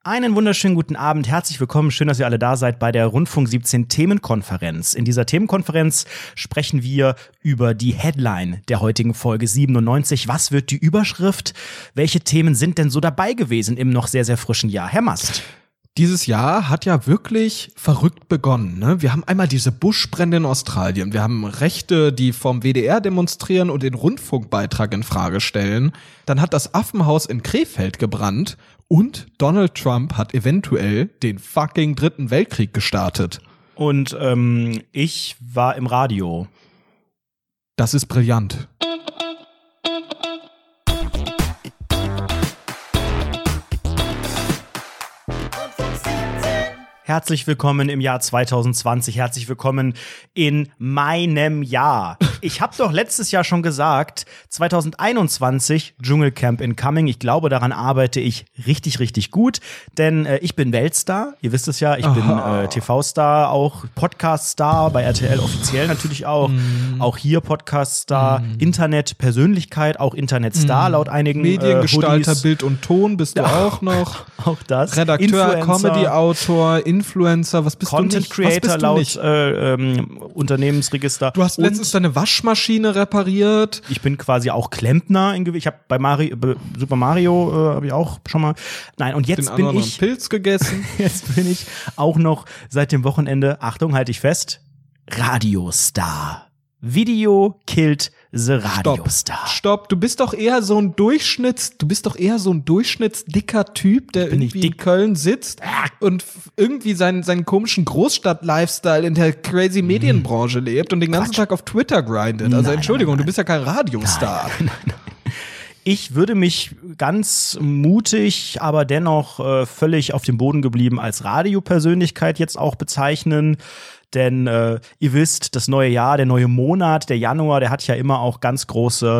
Einen wunderschönen guten Abend, herzlich willkommen, schön, dass ihr alle da seid bei der Rundfunk 17 Themenkonferenz. In dieser Themenkonferenz sprechen wir über die Headline der heutigen Folge 97. Was wird die Überschrift? Welche Themen sind denn so dabei gewesen im noch sehr, sehr frischen Jahr? Herr Mast. Dieses Jahr hat ja wirklich verrückt begonnen, ne? Wir haben einmal diese Buschbrände in Australien, wir haben Rechte, die vom WDR demonstrieren und den Rundfunkbeitrag in Frage stellen. Dann hat das Affenhaus in Krefeld gebrannt und Donald Trump hat eventuell den fucking Dritten Weltkrieg gestartet. Und ich war im Radio. Das ist brillant. Herzlich willkommen im Jahr 2020, herzlich willkommen in meinem Jahr. Ich habe doch letztes Jahr schon gesagt, 2021 Dschungelcamp incoming. Ich glaube, daran arbeite ich richtig, richtig gut, denn ich bin Weltstar, ihr wisst es ja, ich bin TV-Star, auch Podcast-Star, bei RTL offiziell natürlich auch, auch hier Podcast-Star, Internet-Persönlichkeit, auch Internet-Star laut einigen Mediengestalter, Hoodies. Bild und Ton bist du auch noch. Auch das. Redakteur, Comedy-Autor, Influencer, was bist Content du nicht? Creator Was laut Unternehmensregister. Du hast letztens deine Waschmaschine repariert. Ich bin quasi auch Klempner. Ich habe bei Super Mario habe ich auch schon mal. Nein, und jetzt bin ich einen Pilz gegessen. Jetzt bin ich auch noch seit dem Wochenende, Achtung, halte ich fest, Radiostar. Video killt the Radiostar. Stopp, du bist doch eher so ein durchschnittsdicker Typ, der irgendwie in Köln sitzt und irgendwie seinen komischen Großstadt-Lifestyle in der crazy Medienbranche lebt und den ganzen Tag auf Twitter grindet. Also Entschuldigung, du bist ja kein Radiostar. Nein. Ich würde mich ganz mutig, aber dennoch völlig auf dem Boden geblieben als Radiopersönlichkeit jetzt auch bezeichnen. Denn ihr wisst, das neue Jahr, der neue Monat, der Januar, der hat ja immer auch ganz große,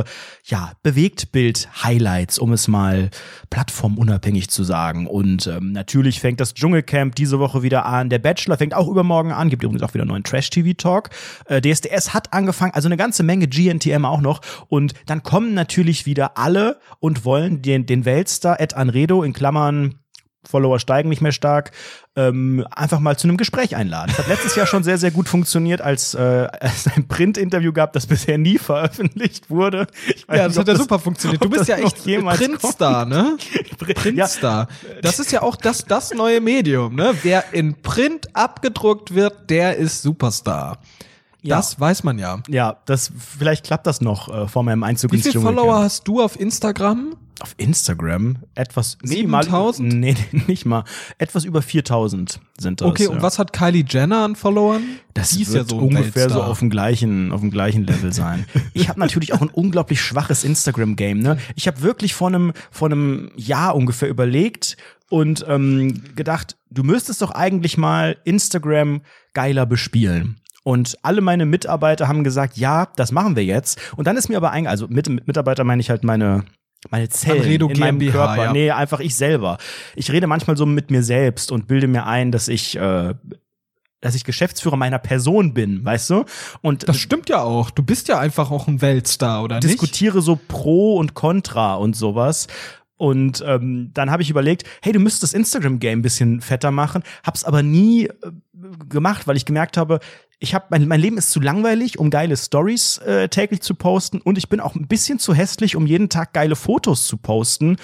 Bewegtbild-Highlights, um es mal plattformunabhängig zu sagen. Und natürlich fängt das Dschungelcamp diese Woche wieder an. Der Bachelor fängt auch übermorgen an, gibt übrigens auch wieder einen neuen Trash-TV-Talk. DSDS hat angefangen, also eine ganze Menge GNTM auch noch. Und dann kommen natürlich wieder alle und wollen den Weltstar Ed Anredo in Klammern Follower steigen nicht mehr stark, einfach mal zu einem Gespräch einladen. Das hat letztes Jahr schon sehr, sehr gut funktioniert, als es ein Print-Interview gab, das bisher nie veröffentlicht wurde. Das hat ja super funktioniert. Du bist ja echt Printstar, ne? Printstar. Ja. Das ist ja auch das neue Medium, ne? Wer in Print abgedruckt wird, der ist Superstar. Das weiß man ja. Ja, vielleicht klappt das noch vor meinem Einzug ins Dschungelcamp. Wie viele Follower hast du auf Instagram? Auf Instagram etwas 7.000? Nee, nicht mal. Etwas über 4.000 sind das. Okay, und was hat Kylie Jenner an Followern? Das wird ja so ungefähr so auf dem gleichen Level sein. Ich habe natürlich auch ein unglaublich schwaches Instagram-Game, ne? Ich habe wirklich vor einem Jahr ungefähr überlegt und gedacht, du müsstest doch eigentlich mal Instagram geiler bespielen. Und alle meine Mitarbeiter haben gesagt, ja, das machen wir jetzt. Und dann ist mir aber also mit Mitarbeiter meine ich halt meine Zellen Anredo in meinem GmbH, Körper. Ja. Nee, einfach ich selber. Ich rede manchmal so mit mir selbst und bilde mir ein, dass ich Geschäftsführer meiner Person bin, weißt du? Und das stimmt ja auch. Du bist ja einfach auch ein Weltstar, oder nicht? Diskutiere so Pro und Contra und sowas. Und dann habe ich überlegt, hey, du müsstest das Instagram-Game ein bisschen fetter machen, hab's aber nie gemacht, weil ich gemerkt habe, mein Leben ist zu langweilig, um geile Stories täglich zu posten, und ich bin auch ein bisschen zu hässlich, um jeden Tag geile Fotos zu posten.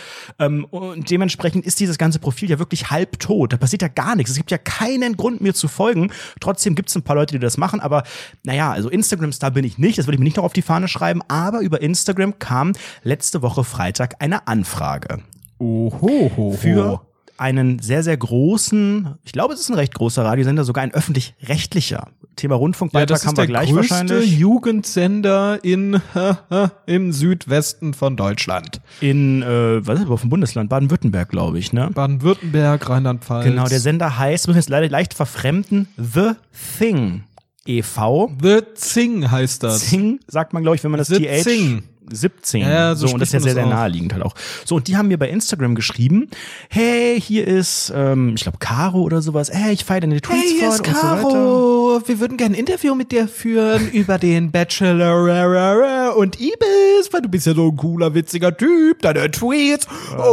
Und dementsprechend ist dieses ganze Profil ja wirklich halb tot. Da passiert ja gar nichts. Es gibt ja keinen Grund, mir zu folgen. Trotzdem gibt es ein paar Leute, die das machen. Aber also Instagram-Star bin ich nicht. Das will ich mir nicht noch auf die Fahne schreiben. Aber über Instagram kam letzte Woche Freitag eine Anfrage. Für einen sehr, sehr großen, ich glaube, es ist ein recht großer Radiosender, sogar ein öffentlich-rechtlicher. Thema Rundfunkbeitrag haben wir gleich wahrscheinlich. Das ist der größte Jugendsender im Südwesten von Deutschland. Was ist das für ein Bundesland? Baden-Württemberg, glaube ich, ne? Baden-Württemberg, Rheinland-Pfalz. Genau, der Sender heißt, müssen wir jetzt leider leicht verfremden, The Thing e.V. The Thing heißt das. Thing sagt man, glaube ich, wenn man das TH 17. Ja, so, und das ist ja sehr, sehr naheliegend halt auch. So, und die haben mir bei Instagram geschrieben, hey, hier ist, ich glaube, Caro oder sowas, hey, ich feiere deine Tweets hey, hier ist Caro. Und so weiter. Wir würden gerne ein Interview mit dir führen über den Bachelor und Ibis, weil du bist ja so ein cooler, witziger Typ, deine Tweets,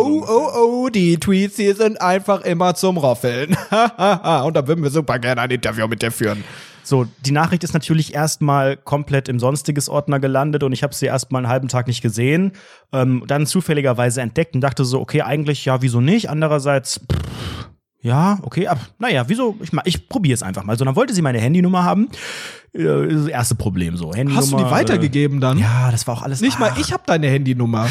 die Tweets hier sind einfach immer zum Roffeln. Und da würden wir super gerne ein Interview mit dir führen. So, die Nachricht ist natürlich erstmal komplett im Sonstiges-Ordner gelandet und ich habe sie erstmal einen halben Tag nicht gesehen, dann zufälligerweise entdeckt und dachte so, okay, eigentlich ja, wieso nicht? Andererseits, ja, okay, aber naja, wieso? Ich probiere es einfach mal. So, dann wollte sie meine Handynummer haben. Das erste Problem so. Handynummer, hast du die weitergegeben dann? Ja, das war auch alles. Nicht mal ich habe deine Handynummer.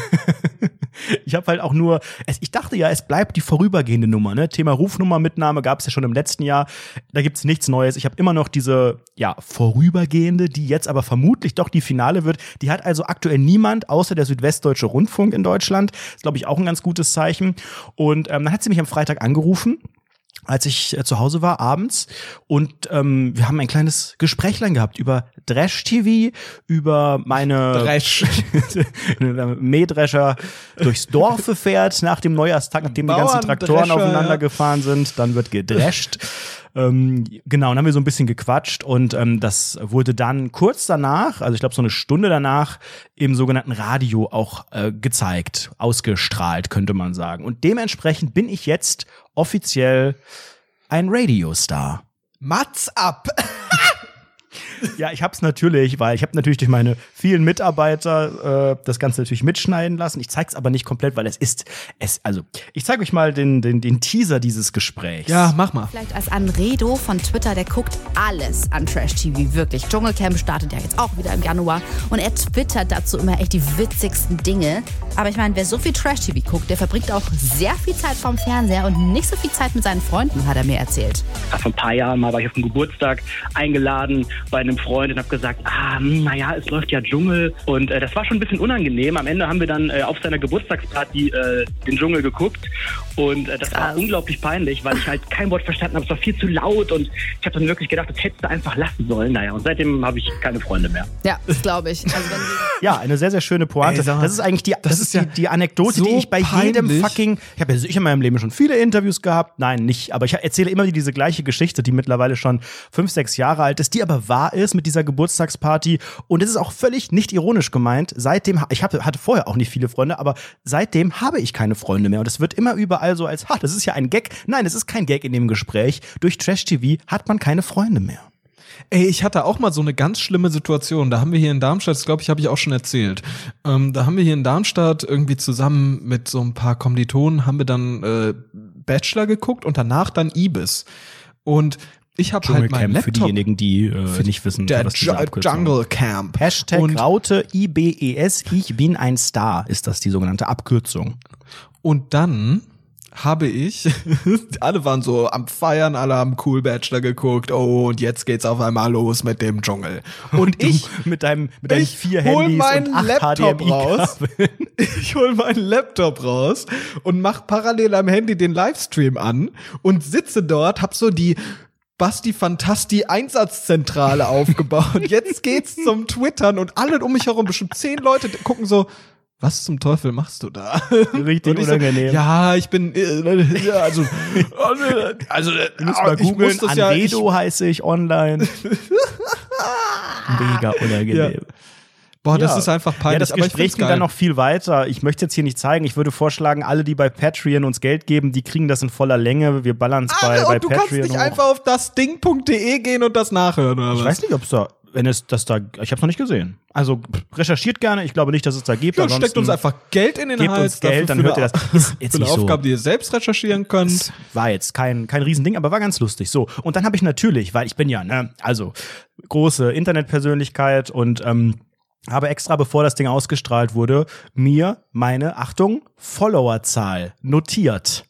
Ich habe halt auch nur, ich dachte ja, es bleibt die vorübergehende Nummer, ne? Thema Rufnummermitnahme gab es ja schon im letzten Jahr. Da gibt's nichts Neues. Ich habe immer noch diese, ja, vorübergehende, die jetzt aber vermutlich doch die Finale wird. Die hat also aktuell niemand, außer der Südwestdeutsche Rundfunk in Deutschland. Das ist, glaube ich, auch ein ganz gutes Zeichen. Und dann hat sie mich am Freitag angerufen, als ich zu Hause war, abends. Und wir haben ein kleines Gesprächlein gehabt über Trash-TV, über meine Mähdrescher durchs Dorf fährt nach dem Neujahrstag, nachdem die ganzen Traktoren aufeinander gefahren sind. Dann wird gedrescht. Genau, dann haben wir so ein bisschen gequatscht und das wurde dann kurz danach, also ich glaube so eine Stunde danach, im sogenannten Radio auch gezeigt, ausgestrahlt, könnte man sagen. Und dementsprechend bin ich jetzt offiziell ein Radiostar. Mats ab! Ja, ich hab's natürlich, weil ich habe natürlich durch meine vielen Mitarbeiter das Ganze natürlich mitschneiden lassen. Ich zeig's aber nicht komplett, weil also ich zeige euch mal den Teaser dieses Gesprächs. Ja, mach mal. Vielleicht als Anredo von Twitter, der guckt alles an Trash-TV, wirklich. Dschungelcamp startet ja jetzt auch wieder im Januar und er twittert dazu immer echt die witzigsten Dinge. Aber ich meine, wer so viel Trash-TV guckt, der verbringt auch sehr viel Zeit vorm Fernseher und nicht so viel Zeit mit seinen Freunden, hat er mir erzählt. Vor ein paar Jahren mal war ich auf einen Geburtstag eingeladen bei einem Freund und habe gesagt, naja, es läuft ja Dschungel und das war schon ein bisschen unangenehm. Am Ende haben wir dann auf seiner Geburtstagsparty den Dschungel geguckt und das war unglaublich peinlich, weil ich halt kein Wort verstanden habe. Es war viel zu laut und ich habe dann wirklich gedacht, das hättest du einfach lassen sollen. Naja, und seitdem habe ich keine Freunde mehr. Ja, das glaube ich. Also ja, eine sehr, sehr schöne Pointe. Das ist eigentlich die Anekdote, so die ich bei jedem peinlich. fucking, ich habe in meinem Leben schon viele Interviews gehabt. Nein, nicht, aber ich erzähle immer diese gleiche Geschichte, die mittlerweile schon 5, 6 Jahre alt ist, die aber wahr ist mit dieser Geburtstagsparty. Und es ist auch völlig nicht ironisch gemeint. Seitdem, hatte vorher auch nicht viele Freunde, aber seitdem habe ich keine Freunde mehr. Und es wird immer überall so als, das ist ja ein Gag. Nein, es ist kein Gag in dem Gespräch. Durch Trash-TV hat man keine Freunde mehr. Ey, ich hatte auch mal so eine ganz schlimme Situation. Da haben wir hier in Darmstadt, das glaube ich, habe ich auch schon erzählt. Da haben wir hier in Darmstadt irgendwie zusammen mit so ein paar Kommilitonen haben wir dann Bachelor geguckt und danach dann Ibis. Und ich habe halt meinen Laptop. Für diejenigen, die nicht wissen, der was diese Abkürzung ist. Jungle Camp. Hashtag und Raute IBES, ich bin ein Star, ist das die sogenannte Abkürzung. Und dann habe ich, alle waren so am Feiern, alle haben Cool Bachelor geguckt, und jetzt geht's auf einmal los mit dem Dschungel. Und ich mit deinen 4 Handys und 8 Laptop raus. HDMI-Kabeln. Ich hol meinen Laptop raus und mach parallel am Handy den Livestream an und sitze dort, hab so die Basti Fantasti Einsatzzentrale aufgebaut. Jetzt geht's zum Twittern und alle um mich herum, bestimmt 10 Leute gucken so, was zum Teufel machst du da? Richtig unangenehm. So, ja, ich bin, also Du musst mal googeln, Anredo heiße ich online. Mega unangenehm. Ja. Boah, das ist einfach peinlich. Ja, das aber Gespräch ging dann noch viel weiter. Ich möchte jetzt hier nicht zeigen. Ich würde vorschlagen, alle, die bei Patreon uns Geld geben, die kriegen das in voller Länge. Wir ballern es bei und du Patreon kannst nicht hoch. einfach auf dasding.de gehen und das nachhören, oder was? Ich weiß nicht, ob es da, ich hab's noch nicht gesehen. Also recherchiert gerne. Ich glaube nicht, dass es da gibt. Ja, steckt uns einfach Geld in den gebt Hals. uns Geld, dann hört ihr das. Ist jetzt für eine nicht so. Aufgabe, die ihr selbst recherchieren könnt. Das war jetzt kein Riesending, aber war ganz lustig. So, und dann habe ich natürlich, weil ich bin ja, also große Internetpersönlichkeit und habe extra, bevor das Ding ausgestrahlt wurde, mir meine, Achtung, Followerzahl notiert.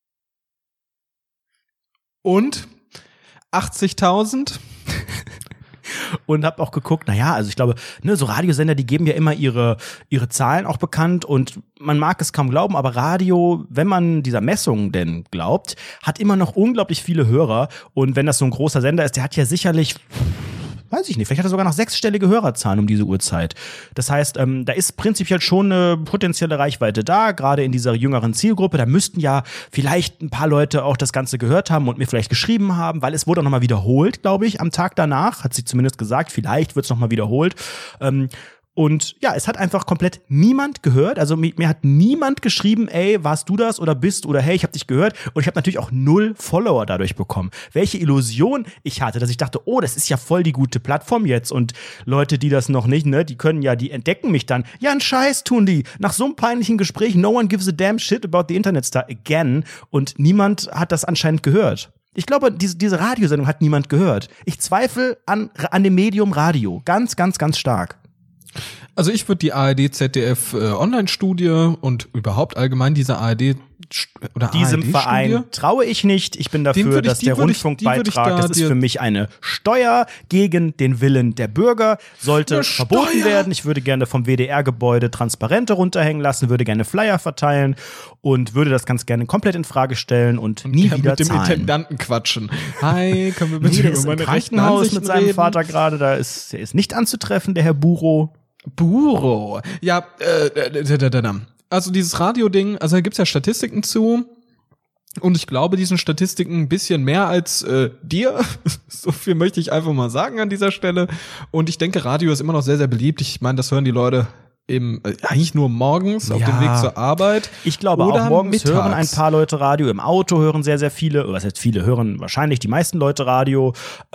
Und 80.000? Und habe auch geguckt, naja, also ich glaube, so Radiosender, die geben ja immer ihre Zahlen auch bekannt und man mag es kaum glauben, aber Radio, wenn man dieser Messung denn glaubt, hat immer noch unglaublich viele Hörer und wenn das so ein großer Sender ist, der hat ja sicherlich, weiß ich nicht, vielleicht hat er sogar noch 6-stellige Hörerzahlen um diese Uhrzeit. Das heißt, da ist prinzipiell schon eine potenzielle Reichweite da, gerade in dieser jüngeren Zielgruppe. Da müssten ja vielleicht ein paar Leute auch das Ganze gehört haben und mir vielleicht geschrieben haben, weil es wurde auch nochmal wiederholt, glaube ich, am Tag danach, hat sie zumindest gesagt, vielleicht wird es nochmal wiederholt. Und ja, es hat einfach komplett niemand gehört. Also mir hat niemand geschrieben, ey, warst du das oder bist oder hey, ich habe dich gehört. Und ich habe natürlich auch 0 Follower dadurch bekommen. Welche Illusion ich hatte, dass ich dachte, oh, das ist ja voll die gute Plattform jetzt. Und Leute, die das noch nicht, ne, die entdecken mich dann. Ja, einen Scheiß tun die. Nach so einem peinlichen Gespräch, no one gives a damn shit about the Internet Star again. Und niemand hat das anscheinend gehört. Ich glaube, diese Radiosendung hat niemand gehört. Ich zweifle an dem Medium Radio. Ganz, ganz, ganz stark. Also ich würde die ARD-ZDF Online-Studie und überhaupt allgemein diese ARD oder diesem ARD-Studie, Verein traue ich nicht. Ich bin dafür, dass der Rundfunkbeitrag, das ist für mich eine Steuer gegen den Willen der Bürger, sollte verboten werden. Ich würde gerne vom WDR-Gebäude Transparente runterhängen lassen, würde gerne Flyer verteilen und würde das ganz gerne komplett in Frage stellen und nie wieder mit dem zahlen. Intendanten quatschen. Hi, können wir bitte über meine rechten Krankenhaus Ansichten mit seinem reden? Vater gerade, der ist nicht anzutreffen, der Herr Buro. Buro. Ja, also dieses Radio-Ding, also da gibt's ja Statistiken zu. Und ich glaube, diesen Statistiken ein bisschen mehr als dir. So viel möchte ich einfach mal sagen an dieser Stelle. Und ich denke, Radio ist immer noch sehr, sehr beliebt. Ich meine, das hören die Leute eben eigentlich nur morgens auf dem Weg zur Arbeit. Ich glaube oder auch morgens mittags. hören ein paar Leute Radio, im Auto hören sehr, sehr viele, was heißt viele, hören wahrscheinlich die meisten Leute Radio,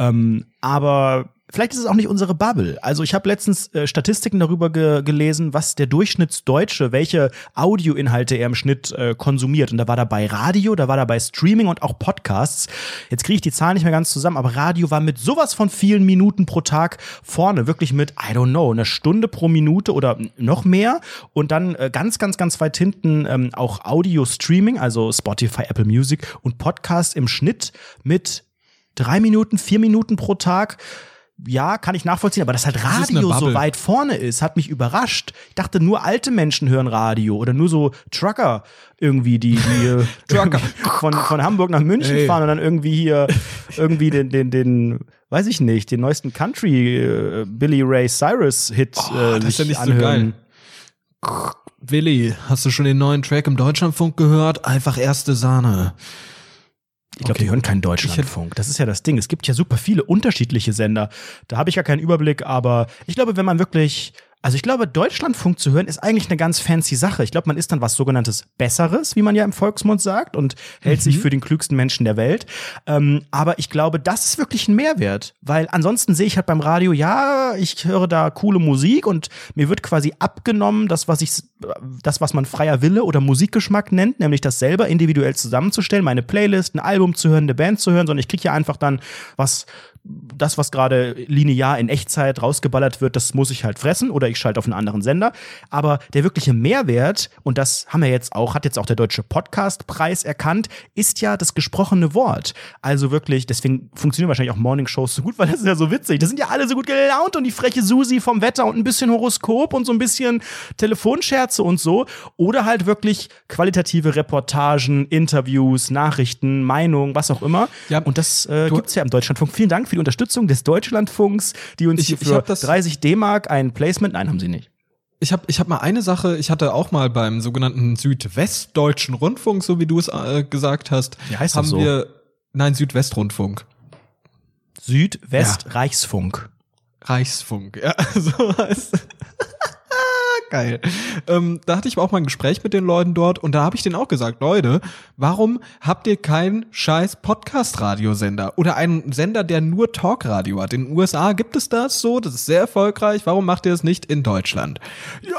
aber vielleicht ist es auch nicht unsere Bubble. Also ich habe letztens Statistiken darüber gelesen, was der Durchschnittsdeutsche, welche Audioinhalte er im Schnitt konsumiert. Und da war dabei Radio, da war dabei Streaming und auch Podcasts. Jetzt kriege ich die Zahlen nicht mehr ganz zusammen, aber Radio war mit sowas von vielen Minuten pro Tag vorne. Wirklich mit, I don't know, 1 Stunde pro Minute oder noch mehr. Und dann ganz, ganz, ganz weit hinten auch Audio-Streaming, also Spotify, Apple Music und Podcast im Schnitt mit 3 Minuten, 4 Minuten pro Tag. Ja, kann ich nachvollziehen, aber dass halt Radio so weit vorne ist, hat mich überrascht. Ich dachte, nur alte Menschen hören Radio oder nur so Trucker irgendwie, die Trucker von Hamburg nach München fahren und dann irgendwie hier den weiß ich nicht, den neuesten Country Billy Ray Cyrus Hit das ist ja nicht anhören. So geil. Willi, hast du schon den neuen Track im Deutschlandfunk gehört? Einfach erste Sahne. Ich glaube, die hören keinen Deutschlandfunk. Das ist ja das Ding. Es gibt ja super viele unterschiedliche Sender. Da habe ich ja keinen Überblick, aber ich glaube, wenn man wirklich, also ich glaube, Deutschlandfunk zu hören ist eigentlich eine ganz fancy Sache. Ich glaube, man ist dann was sogenanntes Besseres, wie man ja im Volksmund sagt, und hält sich für den klügsten Menschen der Welt. Aber ich glaube, das ist wirklich ein Mehrwert, weil ansonsten sehe ich halt beim Radio, ja, ich höre da coole Musik und mir wird quasi abgenommen, das, was man freier Wille oder Musikgeschmack nennt, nämlich das selber individuell zusammenzustellen, meine Playlist, ein Album zu hören, eine Band zu hören, sondern ich kriege ja einfach dann was gerade linear in Echtzeit rausgeballert wird, das muss ich halt fressen oder ich schalte auf einen anderen Sender. Aber der wirkliche Mehrwert, und das hat jetzt auch der Deutsche Podcastpreis erkannt, ist ja das gesprochene Wort. Also wirklich, deswegen funktionieren wahrscheinlich auch Morningshows so gut, weil das ist ja so witzig. Das sind ja alle so gut gelaunt und die freche Susi vom Wetter und ein bisschen Horoskop und so ein bisschen Telefonscherze und so. Oder halt wirklich qualitative Reportagen, Interviews, Nachrichten, Meinungen, was auch immer. Ja, und das gibt's ja im Deutschlandfunk. Vielen Dank für die Unterstützung des Deutschlandfunks, die uns hier für 30 D-Mark ein Placement, nein, haben sie nicht. Ich hab mal eine Sache, ich hatte auch mal beim sogenannten Südwestdeutschen Rundfunk, so wie du es gesagt hast, wie heißt das so? Südwestrundfunk. Südwest-Reichsfunk. Reichsfunk, ja, so heißt geil. Da hatte ich auch mal ein Gespräch mit den Leuten dort und da habe ich denen auch gesagt, Leute, warum habt ihr keinen scheiß Podcast-Radiosender oder einen Sender, der nur Talkradio hat? In den USA gibt es das so, das ist sehr erfolgreich. Warum macht ihr das nicht in Deutschland? Ja,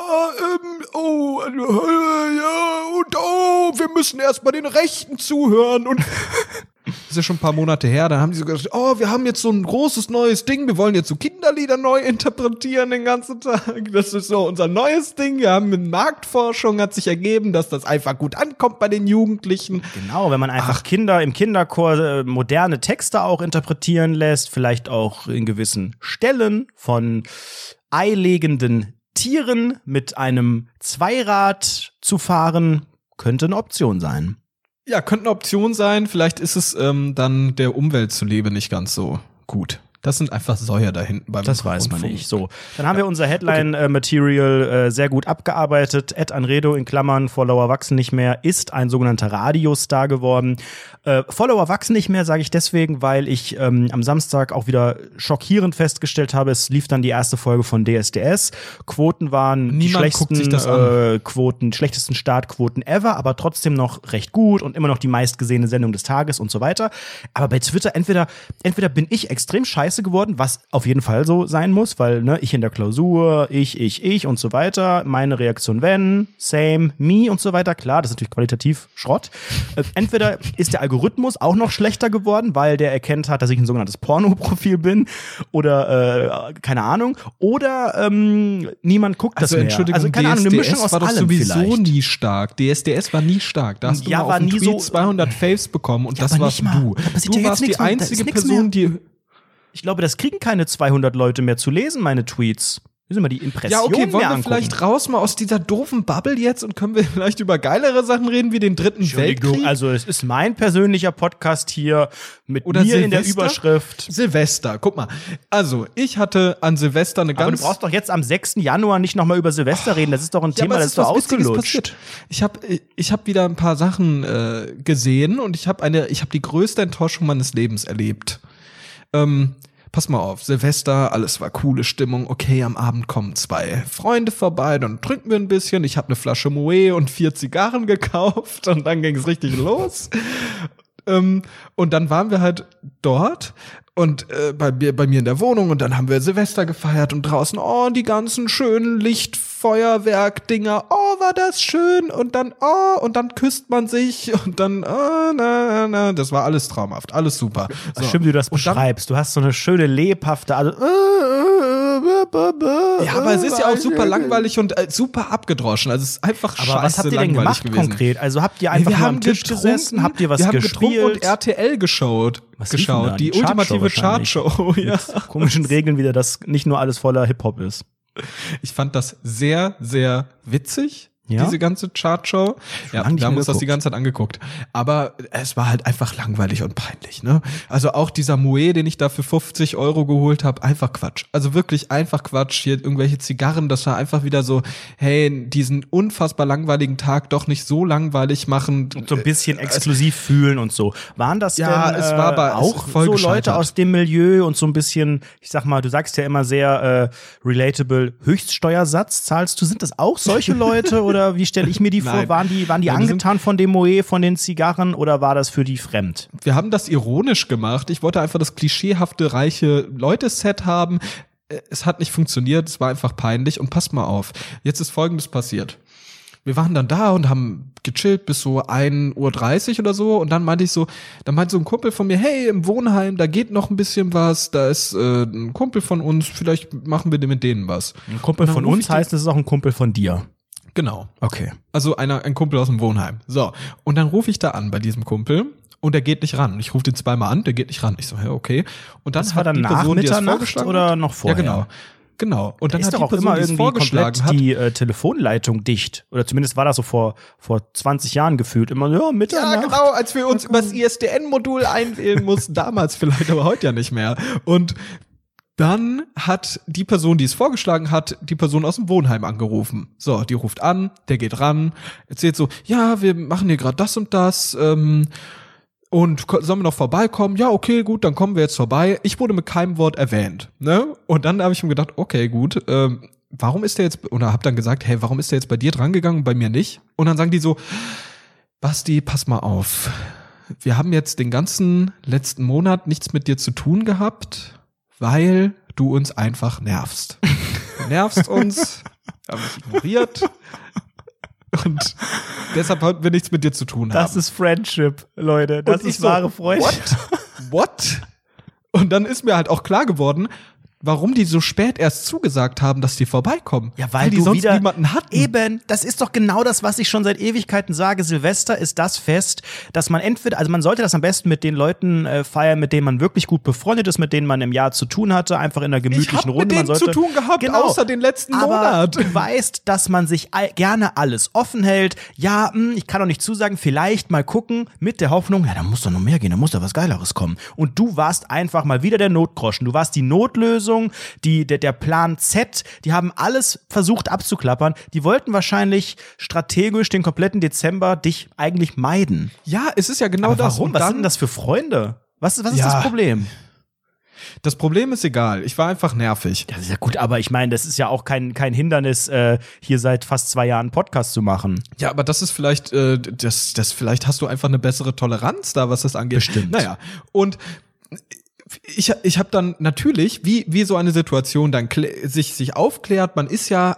wir müssen erstmal den Rechten zuhören und das ist ja schon ein paar Monate her, dann haben die so gesagt, wir haben jetzt so ein großes neues Ding, wir wollen jetzt so Kinderlieder neu interpretieren den ganzen Tag. Das ist so unser neues Ding. Wir haben in Marktforschung hat sich ergeben, dass das einfach gut ankommt bei den Jugendlichen. Genau, wenn man einfach Kinder im Kinderchor moderne Texte auch interpretieren lässt, vielleicht auch in gewissen Stellen von eilegenden Tieren mit einem Zweirad zu fahren, könnte eine Option sein. Ja, könnte eine Option sein. Vielleicht ist es dann der Umwelt zuliebe nicht ganz so gut. Das sind einfach Säuer da hinten beim Das weiß man Rundfunk. nicht. So, dann haben wir unser Headline-Material sehr gut abgearbeitet. Ed Anredo in Klammern, Follower wachsen nicht mehr, ist ein sogenannter Radiostar geworden. Follower wachsen nicht mehr, sage ich deswegen, weil ich am Samstag auch wieder schockierend festgestellt habe, es lief dann die erste Folge von DSDS. Quoten waren die schlechtesten Startquoten ever, aber trotzdem noch recht gut und immer noch die meistgesehene Sendung des Tages und so weiter. Aber bei Twitter entweder bin ich extrem scheiße geworden, was auf jeden Fall so sein muss, weil ne, ich in der Klausur, ich und so weiter, meine Reaktion wenn, same, me und so weiter, klar, das ist natürlich qualitativ Schrott. Entweder ist der Algorithmus auch noch schlechter geworden, weil der erkennt hat, dass ich ein sogenanntes Porno-Profil bin oder keine Ahnung, oder niemand guckt das mehr. Entschuldigung, Also keine Ahnung, eine Mischung aus war doch allem sowieso vielleicht. nie stark. DSDS war nie stark. Da hast du Ja, mal war auf einen nie Tweet so 200 Faves bekommen und Ja, das aber warst nicht mal. du. Da passiert Du ja jetzt warst nichts die mehr. Da ist einzige nichts Person, mehr. die Ich glaube, das kriegen keine 200 Leute mehr zu lesen, meine Tweets. Müssen wir die Impressionen Ja, okay, wollen mehr wir angucken. vielleicht raus mal aus dieser doofen Bubble jetzt und können wir vielleicht über geilere Sachen reden, wie den dritten Weltkrieg? Also es ist mein persönlicher Podcast hier mit Oder mir in der Silvester? Überschrift. Silvester, guck mal. Also, ich hatte an Silvester eine Aber ganz... du brauchst doch jetzt am 6. Januar nicht nochmal über Silvester reden. Das ist doch ein Thema, aber das es ist doch was Witziges ausgelutscht. passiert. Ich hab wieder ein paar Sachen gesehen und ich hab die größte Enttäuschung meines Lebens erlebt. Pass mal auf, Silvester, alles war coole Stimmung. Okay, am Abend kommen 2 Freunde vorbei, dann trinken wir ein bisschen. Ich habe eine Flasche Moët und 4 Zigarren gekauft und dann ging es richtig los. Und dann waren wir halt dort und bei mir in der Wohnung und dann haben wir Silvester gefeiert und draußen, oh, die ganzen schönen Lichtfeuerwerk-Dinger, oh, war das schön und dann küsst man sich und dann, das war alles traumhaft, alles super. So. Stimmt, wie du das Und dann- beschreibst. Du hast so eine schöne, lebhafte, also Ja, aber es ist ja auch super langweilig und super abgedroschen. Also es ist einfach scheiße Aber was habt ihr denn langweilig gemacht gewesen. konkret? Also habt ihr einfach Wir nur haben am Tisch getrunken, gesessen? Habt ihr was wir haben gespielt? getrunken und RTL geschaut. Was lief denn da? Die Die Chartshow ultimative wahrscheinlich. Chartshow. Ja. Mit komischen Regeln wieder, dass nicht nur alles voller Hip-Hop ist. Ich fand das sehr, sehr witzig. Ja? Diese ganze Chartshow. Ja, lange nicht wir haben mehr uns das die geguckt. ganze Zeit angeguckt. Aber es war halt einfach langweilig und peinlich, ne? Also auch dieser Moët, den ich da für 50 € geholt habe, einfach Quatsch. Also wirklich einfach Quatsch. Hier irgendwelche Zigarren, das war einfach wieder so, hey, diesen unfassbar langweiligen Tag doch nicht so langweilig machen. Und so ein bisschen exklusiv fühlen und so. Waren das Ja, denn es war aber auch voll so gescheitert. Leute aus dem Milieu und so ein bisschen, ich sag mal, du sagst ja immer sehr relatable, Höchststeuersatz zahlst du? Sind das auch solche Leute oder wie stelle ich mir die vor? Nein. Waren die Nein, angetan von dem Moët, von den Zigarren oder war das für die fremd? Wir haben das ironisch gemacht. Ich wollte einfach das klischeehafte reiche Leute-Set haben. Es hat nicht funktioniert, es war einfach peinlich. Und passt mal auf, jetzt ist Folgendes passiert. Wir waren dann da und haben gechillt bis so 1:30 Uhr oder so. Und dann meinte so ein Kumpel von mir, hey, im Wohnheim, da geht noch ein bisschen was. Da ist ein Kumpel von uns, vielleicht machen wir mit denen was. Ein Kumpel Und dann von ruf uns ich den- heißt, es ist auch ein Kumpel von dir. Genau. Okay. Also ein Kumpel aus dem Wohnheim. So, und dann rufe ich da an bei diesem Kumpel und der geht nicht ran. Ich rufe den zweimal an, der geht nicht ran. Ich so, ja, okay. Und dann Das war dann die nach Person, die es Mitternacht vorgeschlagen oder hat- noch vorher? Ja, genau. Genau. Und dann Ist hat doch die auch Person, immer die es irgendwie vorgeschlagen komplett hat, die Telefonleitung dicht. Oder zumindest war das so vor 20 Jahren gefühlt. Immer, ja, Mitternacht. ja, genau, als wir uns über das ISDN-Modul einwählen mussten, damals vielleicht, aber heute ja nicht mehr. Und dann hat die Person, die es vorgeschlagen hat, die Person aus dem Wohnheim angerufen. So, die ruft an, der geht ran, erzählt so, ja, wir machen hier gerade das und das, und sollen wir noch vorbeikommen? Ja, okay, gut, dann kommen wir jetzt vorbei. Ich wurde mit keinem Wort erwähnt, ne? Und dann habe ich mir gedacht, okay, gut, warum ist der jetzt, oder hab dann gesagt, hey, warum ist der jetzt bei dir drangegangen und bei mir nicht? Und dann sagen die so, Basti, pass mal auf. Wir haben jetzt den ganzen letzten Monat nichts mit dir zu tun gehabt, weil du uns einfach nervst. Du nervst uns, haben dich ignoriert und deshalb wollten wir nichts mit dir zu tun haben. Das ist Friendship, Leute. Das Und ich ist wahre so, Freundschaft. What? Und dann ist mir halt auch klar geworden, warum die so spät erst zugesagt haben, dass die vorbeikommen. Ja, weil die du sonst wieder niemanden hatten. Eben, das ist doch genau das, was ich schon seit Ewigkeiten sage. Silvester ist das Fest, dass man entweder, also man sollte das am besten mit den Leuten feiern, mit denen man wirklich gut befreundet ist, mit denen man im Jahr zu tun hatte, einfach in einer gemütlichen Runde. Ich habe mit denen zu tun gehabt, außer den letzten Monat. Aber du weißt, dass man sich gerne alles offen hält. Ja, ich kann doch nicht zusagen, vielleicht mal gucken, mit der Hoffnung, ja, da muss doch noch mehr gehen, da muss doch was Geileres kommen. Und du warst einfach mal wieder der Notgroschen. Du warst die Notlösung, der Plan Z, die haben alles versucht abzuklappern. Die wollten wahrscheinlich strategisch den kompletten Dezember dich eigentlich meiden. Ja, es ist ja genau aber das. Warum? Was sind denn das für Freunde? Was ist Ja. das Problem? Das Problem ist egal. Ich war einfach nervig. Das ist ja gut, aber ich meine, das ist ja auch kein Hindernis, hier seit fast 2 Jahren Podcast zu machen. Ja, aber das ist vielleicht, vielleicht hast du einfach eine bessere Toleranz da, was das angeht. Bestimmt. Naja, und ich habe dann natürlich, wie so eine Situation dann sich aufklärt, man ist ja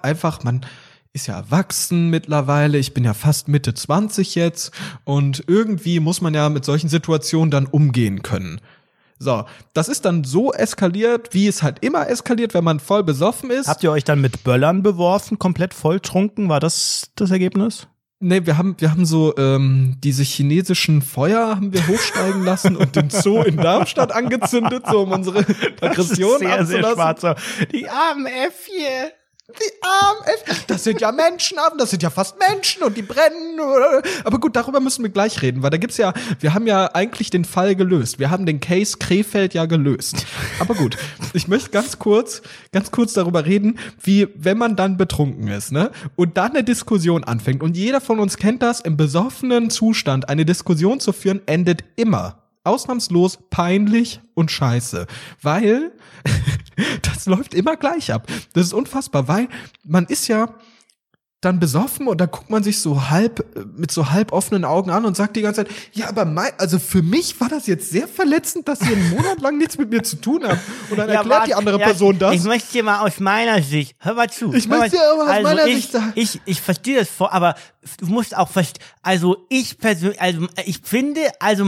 erwachsen mittlerweile, ich bin ja fast Mitte 20 jetzt und irgendwie muss man ja mit solchen Situationen dann umgehen können. So, das ist dann so eskaliert, wie es halt immer eskaliert, wenn man voll besoffen ist. Habt ihr euch dann mit Böllern beworfen, komplett volltrunken? War das das Ergebnis? Nee, wir haben so diese chinesischen Feuer haben wir hochsteigen lassen und den Zoo in Darmstadt angezündet, so um unsere Aggression sehr, abzulassen. sehr schwarzer. Die armen Äffchen. Die armen Äffchen. Das sind ja Menschen, das sind ja fast Menschen und die brennen. Aber gut, darüber müssen wir gleich reden, weil wir haben ja eigentlich den Fall gelöst. Wir haben den Case Krefeld ja gelöst. Aber gut, ich möchte ganz kurz darüber reden, wie, wenn man dann betrunken ist, ne? Und dann eine Diskussion anfängt. Und jeder von uns kennt das, im besoffenen Zustand eine Diskussion zu führen, endet immer ausnahmslos peinlich und scheiße. Weil das läuft immer gleich ab. Das ist unfassbar, weil man ist ja dann besoffen und da guckt man sich mit so halb offenen Augen an und sagt die ganze Zeit, ja, aber also für mich war das jetzt sehr verletzend, dass ihr einen Monat lang nichts mit mir zu tun habt. Und dann erklärt die andere Person das. Ich möchte dir mal aus meiner Sicht, hör mal zu. Ich möchte dir aber aus meiner Sicht sagen. Ich verstehe das aber du musst auch verstehen, also ich persönlich, ich finde,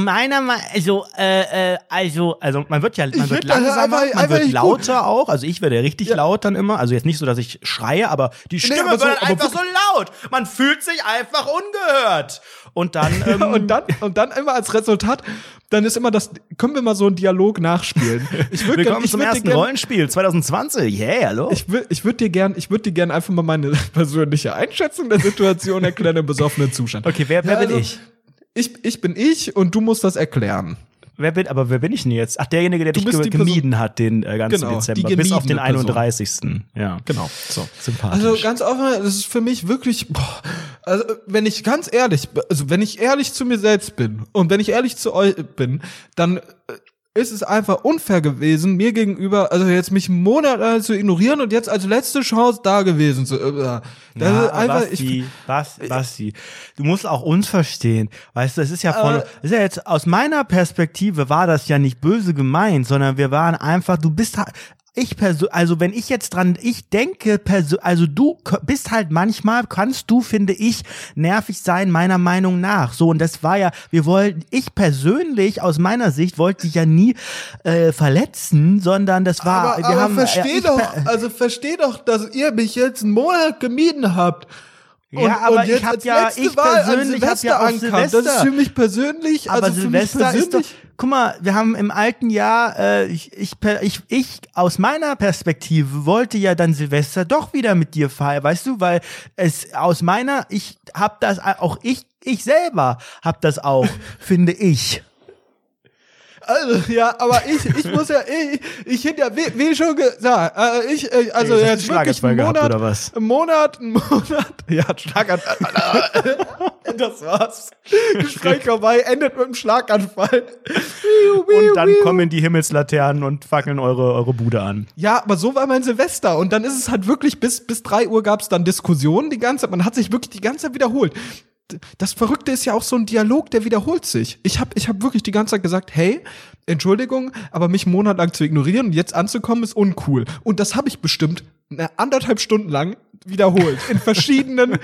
man wird langsamer, man wird lauter auch, also ich werde richtig laut dann immer, also jetzt nicht so, dass ich schreie, aber die Stimme wird dann einfach so laut, man fühlt sich einfach ungehört. Und dann, und dann immer als Resultat, dann ist immer können wir mal so einen Dialog nachspielen. Willkommen zum ersten Rollenspiel 2020. Hey, hallo. Ich würde dir gern einfach mal meine persönliche Einschätzung der Situation erklären im besoffenen Zustand. Okay, wer bin ich? Ich bin ich und du musst das erklären. Wer bin ich denn jetzt? Ach, derjenige, der dich gemieden hat den ganzen Dezember, bis auf den 31. Ja. Genau. So. Sympathisch. Also ganz offen, das ist für mich wirklich, also wenn ich ehrlich zu mir selbst bin und wenn ich ehrlich zu euch bin, dann ist es einfach unfair gewesen, mir gegenüber, also jetzt mich einen Monat zu ignorieren und jetzt als letzte Chance da gewesen zu. Das ist einfach, Basti, du musst auch uns verstehen. Weißt du, das ist ja jetzt, aus meiner Perspektive war das ja nicht böse gemeint, sondern wir waren einfach, du bist halt, also wenn ich jetzt denke, also du bist halt manchmal, kannst du, finde ich, nervig sein, meiner Meinung nach. So, und das war ja, ich persönlich, aus meiner Sicht, wollte dich ja nie verletzen, sondern das war, versteh doch, dass ihr mich jetzt einen Monat gemieden habt. Aber ich habe ja, Das ist für mich persönlich, aber Silvester ist doch, guck mal, wir haben im alten Jahr, ich aus meiner Perspektive wollte ja dann Silvester doch wieder mit dir feiern, weißt du, weil ich selber hab das auch, finde ich. Also, ja, aber ich muss ja, ich hätte ja, wie schon gesagt, jetzt wirklich einen Monat, ja, Schlaganfall, das war's. Gespräch vorbei, endet mit einem Schlaganfall. Und dann kommen die Himmelslaternen und fackeln eure Bude an. Ja, aber so war mein Silvester und dann ist es halt wirklich, bis 3 Uhr gab's dann Diskussionen die ganze Zeit, man hat sich wirklich die ganze Zeit wiederholt. Das Verrückte ist ja auch so ein Dialog, der wiederholt sich. Ich hab wirklich die ganze Zeit gesagt, hey, Entschuldigung, aber mich einen Monat lang zu ignorieren und jetzt anzukommen ist uncool. Und das habe ich bestimmt 1,5 Stunden lang wiederholt. In verschiedenen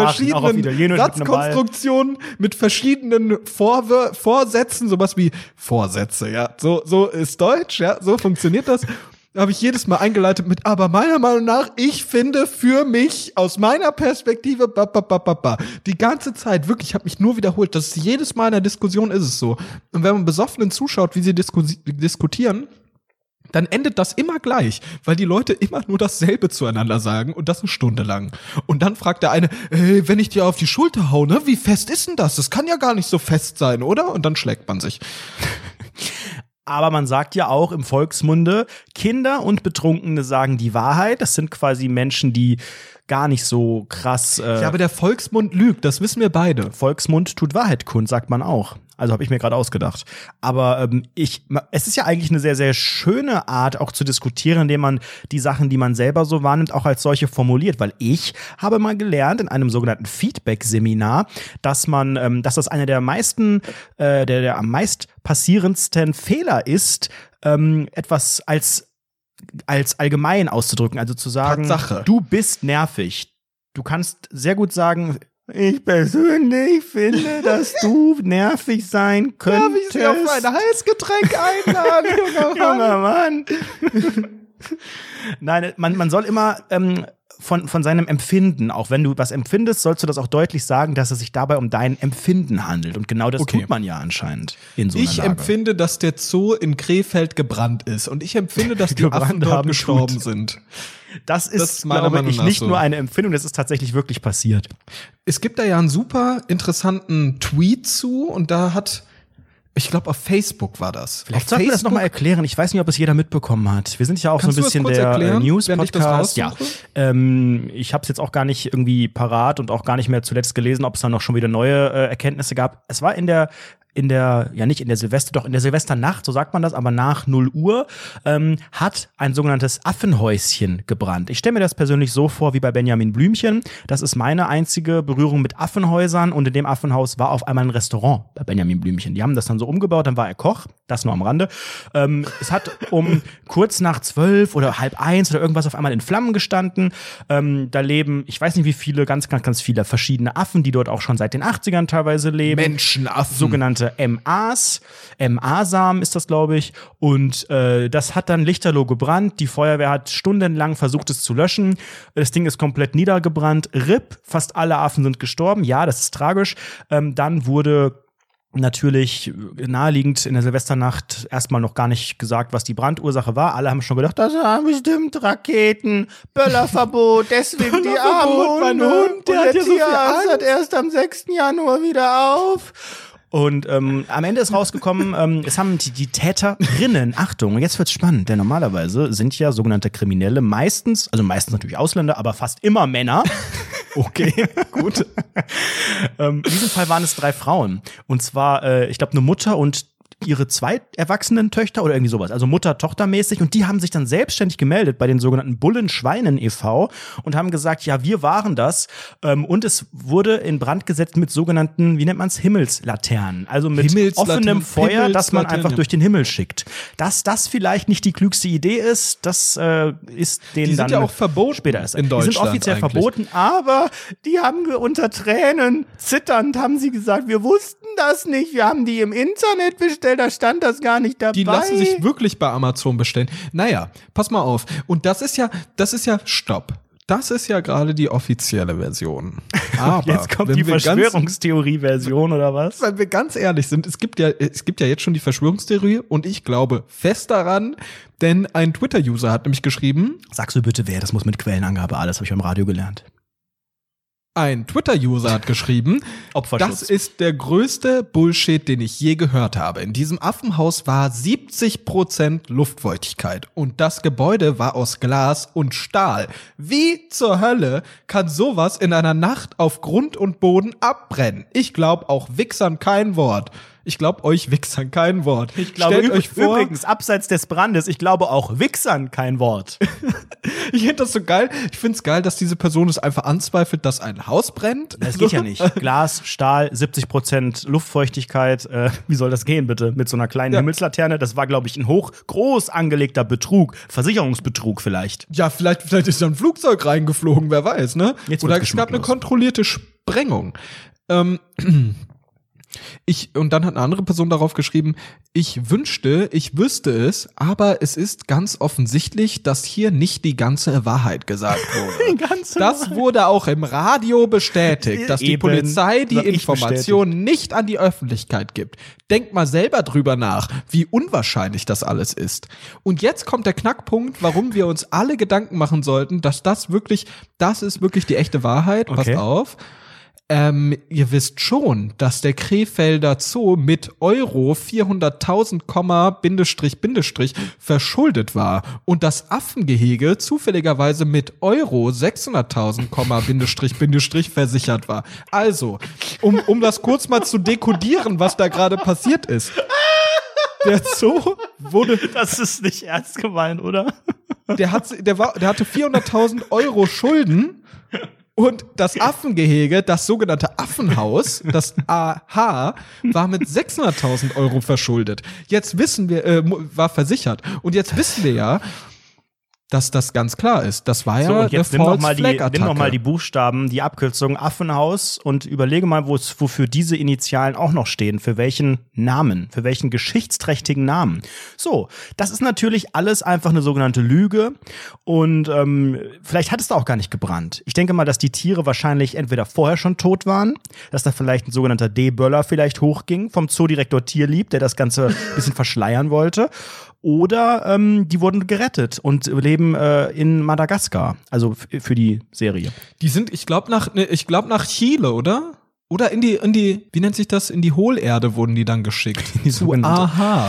Satzkonstruktionen, mit verschiedenen Vorsätzen, sowas wie Vorsätze, ja. So ist Deutsch, ja, so funktioniert das. Da habe ich jedes Mal eingeleitet mit, aber meiner Meinung nach, ich finde für mich, aus meiner Perspektive, die ganze Zeit, wirklich, ich habe mich nur wiederholt. Das ist jedes Mal in der Diskussion ist es so. Und wenn man Besoffenen zuschaut, wie sie diskutieren, dann endet das immer gleich, weil die Leute immer nur dasselbe zueinander sagen und das eine Stunde lang. Und dann fragt der eine, hey, wenn ich dir auf die Schulter hau, ne, wie fest ist denn das? Das kann ja gar nicht so fest sein, oder? Und dann schlägt man sich. Aber man sagt ja auch im Volksmunde, Kinder und Betrunkene sagen die Wahrheit. Das sind quasi Menschen, die gar nicht so krass. Ja, aber der Volksmund lügt, das wissen wir beide. Volksmund tut Wahrheit kund, sagt man auch. Also habe ich mir gerade ausgedacht. Aber es ist ja eigentlich eine sehr, sehr schöne Art, auch zu diskutieren, indem man die Sachen, die man selber so wahrnimmt, auch als solche formuliert. Weil ich habe mal gelernt in einem sogenannten Feedback-Seminar, dass das einer der meisten, der am meist passierendsten Fehler ist, etwas als allgemein auszudrücken. Also zu sagen, Tatsache. Du bist nervig. Du kannst sehr gut sagen, ich persönlich finde, dass du nervig sein könntest. Darf ich Sie auf ein Heißgetränk einladen, junger Mann? Nein, man soll immer von seinem Empfinden, auch wenn du was empfindest, sollst du das auch deutlich sagen, dass es sich dabei um dein Empfinden handelt. Und genau das tut man ja anscheinend in so einer Lage. Ich empfinde, dass der Zoo in Krefeld gebrannt ist. Und ich empfinde, dass die Affen dort gestorben sind. Das ist glaube ich, nicht nur eine Empfindung, das ist tatsächlich wirklich passiert. Es gibt da ja einen super interessanten Tweet zu und da hat, ich glaube auf Facebook war das. Vielleicht sollten wir das nochmal erklären. Ich weiß nicht, ob es jeder mitbekommen hat. Wir sind ja auch so ein bisschen der News-Podcast. Ja, ich habe es jetzt auch gar nicht irgendwie parat und auch gar nicht mehr zuletzt gelesen, ob es da noch schon wieder neue Erkenntnisse gab. Es war in der Silvesternacht, so sagt man das, aber nach 0 Uhr, hat ein sogenanntes Affenhäuschen gebrannt. Ich stelle mir das persönlich so vor wie bei Benjamin Blümchen. Das ist meine einzige Berührung mit Affenhäusern und in dem Affenhaus war auf einmal ein Restaurant bei Benjamin Blümchen. Die haben das dann so umgebaut, dann war er Koch, das nur am Rande. Es hat um kurz nach 12 oder 12:30 oder irgendwas auf einmal in Flammen gestanden. Da leben, ich weiß nicht wie viele, ganz, ganz, ganz viele verschiedene Affen, die dort auch schon seit den 80ern teilweise leben. Menschenaffen. Sogenannte MA-Samen ist das, glaube ich. Und das hat dann lichterloh gebrannt. Die Feuerwehr hat stundenlang versucht, es zu löschen. Das Ding ist komplett niedergebrannt. RIP, fast alle Affen sind gestorben. Ja, das ist tragisch. Dann wurde natürlich naheliegend in der Silvesternacht erstmal noch gar nicht gesagt, was die Brandursache war. Alle haben schon gedacht, das waren bestimmt Raketen, Böllerverbot, deswegen die armen mein Hund, der hat ja so viel Angst, hat erst am 6. Januar wieder auf. Und am Ende ist rausgekommen, es haben die Täterinnen, Achtung, und jetzt wird's spannend, denn normalerweise sind ja sogenannte Kriminelle meistens natürlich Ausländer, aber fast immer Männer. Okay, gut. In diesem Fall waren es 3 Frauen. Und zwar, ich glaube, eine Mutter und ihre 2 erwachsenen Töchter oder irgendwie sowas, also Mutter-Tochter-mäßig, und die haben sich dann selbstständig gemeldet bei den sogenannten Bullenschweinen e.V. und haben gesagt, ja, wir waren das, und es wurde in Brand gesetzt mit sogenannten, wie nennt man's, Himmelslaternen, also mit offenem Feuer, das man einfach durch den Himmel schickt. Dass das vielleicht nicht die klügste Idee ist, das ist denen die dann sind ja auch verboten später ist. in Deutschland. Die sind offiziell eigentlich verboten, aber die haben unter Tränen, zitternd, haben sie gesagt, wir wussten das nicht, wir haben die im Internet bestellt, da stand das gar nicht dabei. Die lassen sich wirklich bei Amazon bestellen. Naja, pass mal auf. Und das ist ja, stopp. Das ist ja gerade die offizielle Version. Aber jetzt kommt die Verschwörungstheorie-Version oder was? Wenn wir ganz ehrlich sind, es gibt ja jetzt schon die Verschwörungstheorie und ich glaube fest daran, denn ein Twitter-User hat nämlich geschrieben. Sagst du bitte wer, das muss mit Quellenangabe, alles habe ich beim Radio gelernt. Ein Twitter-User hat geschrieben, das ist der größte Bullshit, den ich je gehört habe. In diesem Affenhaus war 70% Luftfeuchtigkeit und das Gebäude war aus Glas und Stahl. Wie zur Hölle kann sowas in einer Nacht auf Grund und Boden abbrennen? Ich glaube auch Wichsern kein Wort. Ich glaube euch Wichsern kein Wort. Ich glaube übrigens, abseits des Brandes, ich glaube auch Wichsern kein Wort. Ich finde das so geil. Ich finde es geil, dass diese Person es einfach anzweifelt, dass ein Haus brennt. Das geht ja nicht. Glas, Stahl, 70% Luftfeuchtigkeit. Wie soll das gehen, bitte? Mit so einer kleinen Himmelslaterne. Das war, glaube ich, ein groß angelegter Betrug. Versicherungsbetrug vielleicht. Ja, vielleicht ist da ein Flugzeug reingeflogen, wer weiß, ne? Oder es gab eine kontrollierte Sprengung. Und dann hat eine andere Person darauf geschrieben, ich wünschte, ich wüsste es, aber es ist ganz offensichtlich, dass hier nicht die ganze Wahrheit gesagt wurde. Das wurde auch im Radio bestätigt, dass die Polizei die Information nicht an die Öffentlichkeit gibt. Denkt mal selber drüber nach, wie unwahrscheinlich das alles ist. Und jetzt kommt der Knackpunkt, warum wir uns alle Gedanken machen sollten, dass das ist wirklich die echte Wahrheit. Okay. Passt auf. Ihr wisst schon, dass der Krefelder Zoo mit Euro 400.000, verschuldet war und das Affengehege zufälligerweise mit Euro 600.000, versichert war. Also, um das kurz mal zu dekodieren, was da gerade passiert ist. Der Zoo wurde... Das ist nicht ernst gemeint, oder? Der hatte 400.000 Euro Schulden. Und das Affengehege, das sogenannte Affenhaus, das AH, war mit 600.000 Euro verschuldet. Jetzt wissen wir, war versichert. Und jetzt wissen wir ja, dass das ganz klar ist. Das war ja und jetzt eine False-Flag-Attacke. nimm noch mal die Buchstaben, die Abkürzung Affenhaus und überlege mal, wofür diese Initialen auch noch stehen. Für welchen Namen, für welchen geschichtsträchtigen Namen. So, das ist natürlich alles einfach eine sogenannte Lüge und vielleicht hat es da auch gar nicht gebrannt. Ich denke mal, dass die Tiere wahrscheinlich entweder vorher schon tot waren, dass da vielleicht ein sogenannter D-Böller vielleicht hochging vom Zoodirektor Tierlieb, der das Ganze ein bisschen verschleiern wollte. Oder die wurden gerettet und leben in Madagaskar, also für die Serie. Die sind, ich glaube nach Chile, oder? Oder in die, wie nennt sich das? In die Hohlerde wurden die dann geschickt. Aha.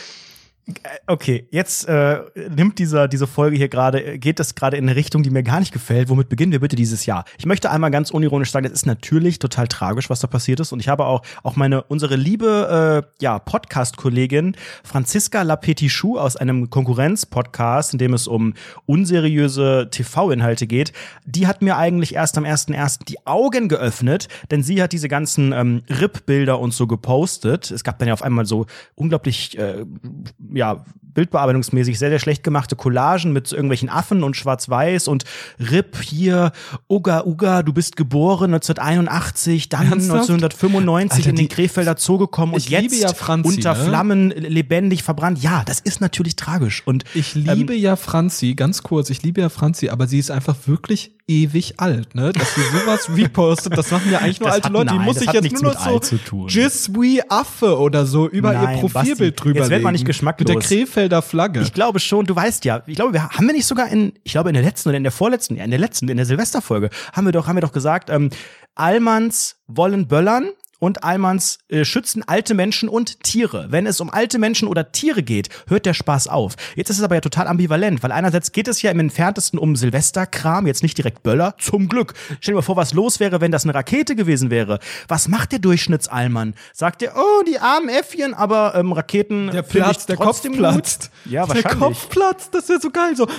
Okay, jetzt nimmt diese Folge hier geht das gerade in eine Richtung, die mir gar nicht gefällt. Womit beginnen wir bitte dieses Jahr? Ich möchte einmal ganz unironisch sagen, das ist natürlich total tragisch, was da passiert ist. Und ich habe auch unsere liebe Podcast-Kollegin Franziska Lapetichou aus einem Konkurrenz-Podcast, in dem es um unseriöse TV-Inhalte geht, die hat mir eigentlich erst am 1.1. die Augen geöffnet, denn sie hat diese ganzen RIP-Bilder und so gepostet. Es gab dann ja auf einmal so unglaublich bildbearbeitungsmäßig sehr, sehr schlecht gemachte Collagen mit irgendwelchen Affen und Schwarz-Weiß und RIP hier, Uga, du bist geboren 1981, dann Ernsthaft? 1995 Alter, in den Krefelder Zoo gekommen und jetzt ja Franzi, unter Flammen lebendig verbrannt. Ja, das ist natürlich tragisch. Und ich liebe ja Franzi, ganz kurz, aber sie ist einfach wirklich ewig alt, ne? Dass sie sowas repostet, das machen ja eigentlich nur alte Leute. Die muss sich jetzt nur noch so Jiswi Affe oder so über ihr Profilbild drüberlegen. Jetzt wird man nicht geschmacklos. Mit der Krefelder Flagge. Ich glaube schon, du weißt ja, haben wir nicht sogar in der letzten oder in der vorletzten, in der Silvesterfolge, haben wir doch gesagt, Allmanns wollen böllern. Und Allmanns schützen alte Menschen und Tiere. Wenn es um alte Menschen oder Tiere geht, hört der Spaß auf. Jetzt ist es aber ja total ambivalent, weil einerseits geht es ja im Entferntesten um Silvesterkram, jetzt nicht direkt Böller, zum Glück. Stell dir mal vor, was los wäre, wenn das eine Rakete gewesen wäre. Was macht der Durchschnittsallmann? Sagt der, oh, die armen Äffchen, aber Raketen der Kopf platzt. Ja, wahrscheinlich. Der Kopf platzt, das ist ja so geil. So,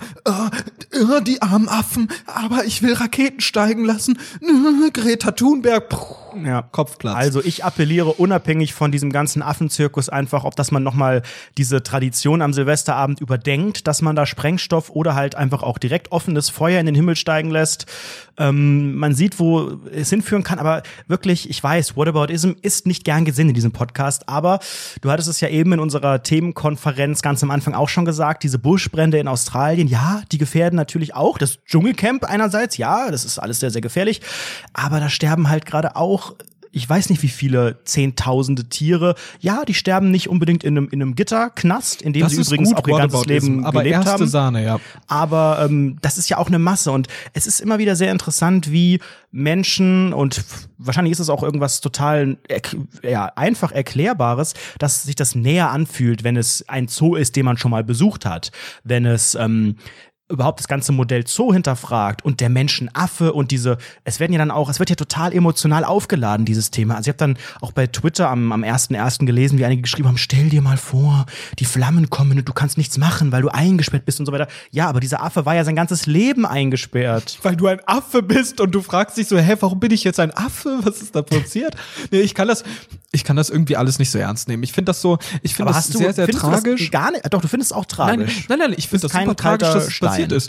die armen Affen, aber ich will Raketen steigen lassen. Greta Thunberg, ja. Kopfplatz. Also ich appelliere unabhängig von diesem ganzen Affenzirkus einfach, dass man nochmal diese Tradition am Silvesterabend überdenkt, dass man da Sprengstoff oder halt einfach auch direkt offenes Feuer in den Himmel steigen lässt. Man sieht, wo es hinführen kann, aber wirklich, ich weiß, Whataboutism ist nicht gern gesehen in diesem Podcast, aber du hattest es ja eben in unserer Themenkonferenz ganz am Anfang auch schon gesagt, diese Buschbrände in Australien, ja, die gefährden natürlich auch das Dschungelcamp einerseits, ja, das ist alles sehr, sehr gefährlich, aber da sterben halt gerade auch, ich weiß nicht, wie viele Zehntausende Tiere. Ja, die sterben nicht unbedingt in einem Gitterknast, in dem das sie übrigens gut, auch ihr ganzes Leben aber gelebt erste haben. Sahne, ja. Aber das ist ja auch eine Masse und es ist immer wieder sehr interessant, wie Menschen und wahrscheinlich ist es auch irgendwas total einfach Erklärbares, dass sich das näher anfühlt, wenn es ein Zoo ist, den man schon mal besucht hat. Wenn es überhaupt das ganze Modell Zoo hinterfragt und der Menschenaffe und es wird ja total emotional aufgeladen, dieses Thema. Also ich habe dann auch bei Twitter am 1.1. gelesen, wie einige geschrieben haben, stell dir mal vor, die Flammen kommen und du kannst nichts machen, weil du eingesperrt bist und so weiter. Ja, aber dieser Affe war ja sein ganzes Leben eingesperrt. Weil du ein Affe bist und du fragst dich so, warum bin ich jetzt ein Affe? Was ist da passiert? Nee, ich kann das irgendwie alles nicht so ernst nehmen. Ich finde das sehr, sehr tragisch. Gar nicht? Doch, du findest es auch tragisch. Nein, ich finde das super tragisch, dass es passiert ist.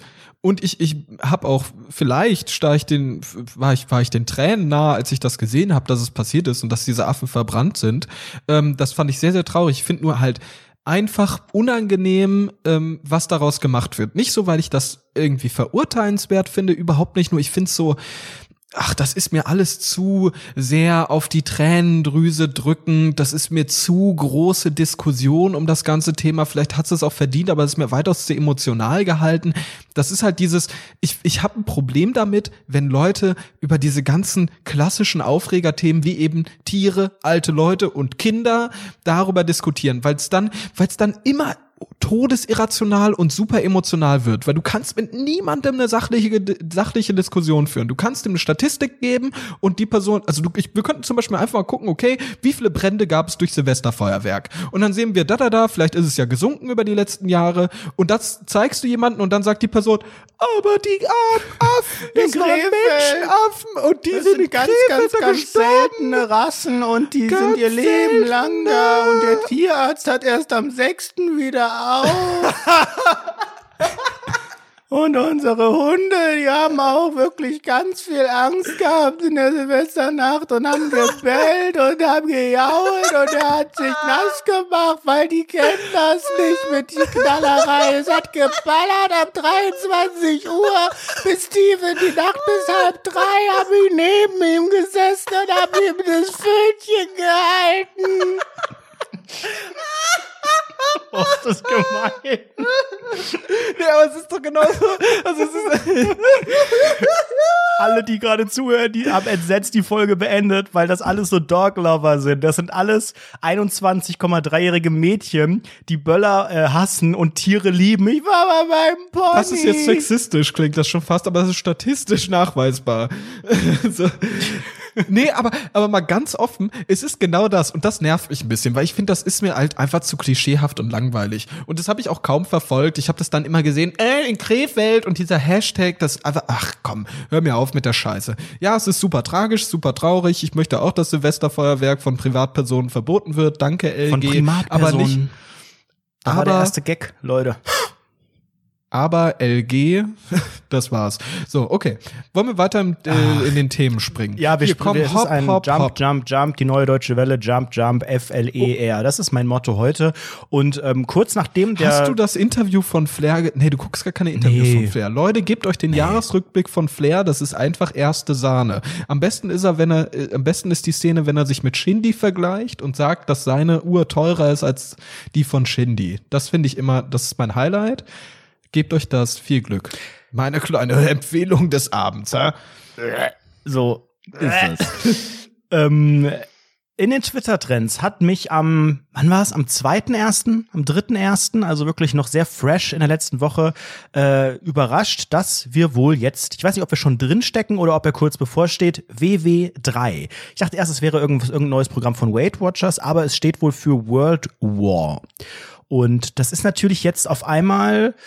Und ich habe auch, vielleicht war ich den Tränen nahe, als ich das gesehen habe, dass es passiert ist und dass diese Affen verbrannt sind. Das fand ich sehr, sehr traurig. Ich finde nur halt einfach unangenehm, was daraus gemacht wird. Nicht so, weil ich das irgendwie verurteilenswert finde, überhaupt nicht. Nur ich finde es so, das ist mir alles zu sehr auf die Tränendrüse drückend, das ist mir zu große Diskussion um das ganze Thema, vielleicht hat es auch verdient, aber es ist mir weitaus zu emotional gehalten. Das ist halt ich habe ein Problem damit, wenn Leute über diese ganzen klassischen Aufregerthemen wie eben Tiere, alte Leute und Kinder darüber diskutieren, weil es dann immer todesirrational und super emotional wird, weil du kannst mit niemandem eine sachliche Diskussion führen. Du kannst ihm eine Statistik geben und die Person, wir könnten zum Beispiel einfach mal gucken, okay, wie viele Brände gab es durch Silvesterfeuerwerk? Und dann sehen wir vielleicht ist es ja gesunken über die letzten Jahre und das zeigst du jemandem und dann sagt die Person, aber die armen Affen, das waren Menschenaffen und die sind ganz seltene Rassen und die sind ihr Leben lang da und der Tierarzt hat erst am 6. wieder auf. Und unsere Hunde, die haben auch wirklich ganz viel Angst gehabt in der Silvesternacht und haben gebellt und haben gejault und er hat sich nass gemacht, weil die kennen das nicht mit die Knallerei. Es hat geballert ab 23 Uhr bis tief in die Nacht, bis 2:30 habe ich neben ihm gesessen und habe ihm das Pfötchen gehalten. Oh, ist das gemein. Ja, aber es ist doch genauso. Alle, die gerade zuhören, die haben entsetzt die Folge beendet, weil das alles so Dog-Lover sind. Das sind alles 21,3-jährige Mädchen, die Böller hassen und Tiere lieben. Ich war bei meinem Pony. Das ist jetzt sexistisch, klingt das schon fast, aber das ist statistisch nachweisbar. So. Nee, aber mal ganz offen, es ist genau das und das nervt mich ein bisschen, weil ich finde, das ist mir halt einfach zu klischeehaft und langweilig und das habe ich auch kaum verfolgt. Ich habe das dann immer gesehen, in Krefeld und dieser Hashtag, das einfach, ach komm, hör mir auf mit der Scheiße. Ja, es ist super tragisch, super traurig. Ich möchte auch, dass Silvesterfeuerwerk von Privatpersonen verboten wird. Danke, LG. Von Privatpersonen. Aber nicht. Da war der erste Gag, Leute. Aber LG, das war's. So, okay. Wollen wir weiter in den Themen springen? Ja, es ist ein Jump, die neue deutsche Welle, Jump, FLER. Das ist mein Motto heute. Und kurz nachdem Hast du das Interview von Flair? Nee, du guckst gar keine Interviews von Flair. Leute, gebt euch den Jahresrückblick von Flair. Das ist einfach erste Sahne. Am besten ist die Szene, wenn er sich mit Shindy vergleicht und sagt, dass seine Uhr teurer ist als die von Shindy. Das finde ich immer, das ist mein Highlight. Gebt euch das, viel Glück. Meine kleine Empfehlung des Abends. So ist es. In den Twitter-Trends hat mich am 2.1., am 3.1., also wirklich noch sehr fresh in der letzten Woche, überrascht, dass wir wohl jetzt, ich weiß nicht, ob wir schon drinstecken oder ob er kurz bevorsteht, WW3. Ich dachte erst, es wäre irgendein neues Programm von Weight Watchers, aber es steht wohl für World War. Und das ist natürlich jetzt auf einmal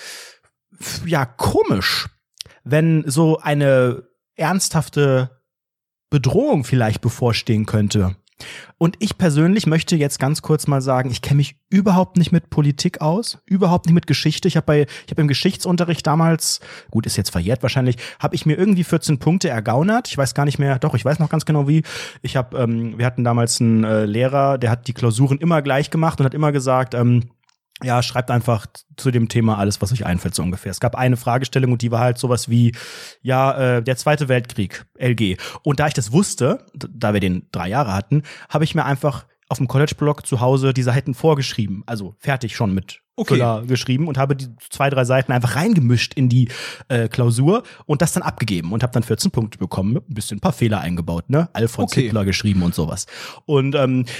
komisch, wenn so eine ernsthafte Bedrohung vielleicht bevorstehen könnte. Und ich persönlich möchte jetzt ganz kurz mal sagen, ich kenne mich überhaupt nicht mit Politik aus, überhaupt nicht mit Geschichte. Ich habe im Geschichtsunterricht damals, gut, ist jetzt verjährt wahrscheinlich, habe ich mir irgendwie 14 Punkte ergaunert. Ich weiß gar nicht mehr, doch, ich weiß noch ganz genau wie. Wir hatten damals einen Lehrer, der hat die Klausuren immer gleich gemacht und hat immer gesagt, ja, schreibt einfach zu dem Thema alles, was euch einfällt, so ungefähr. Es gab eine Fragestellung und die war halt sowas wie, der Zweite Weltkrieg, LG. Und da ich das wusste, da wir den 3 Jahre hatten, habe ich mir einfach auf dem College-Blog zu Hause die Seiten vorgeschrieben. Also fertig schon mit Füller geschrieben und habe die 2-3 Seiten einfach reingemischt in die Klausur und das dann abgegeben und habe dann 14 Punkte bekommen, ein paar Fehler eingebaut, ne? Alfons Hitler geschrieben und sowas. Und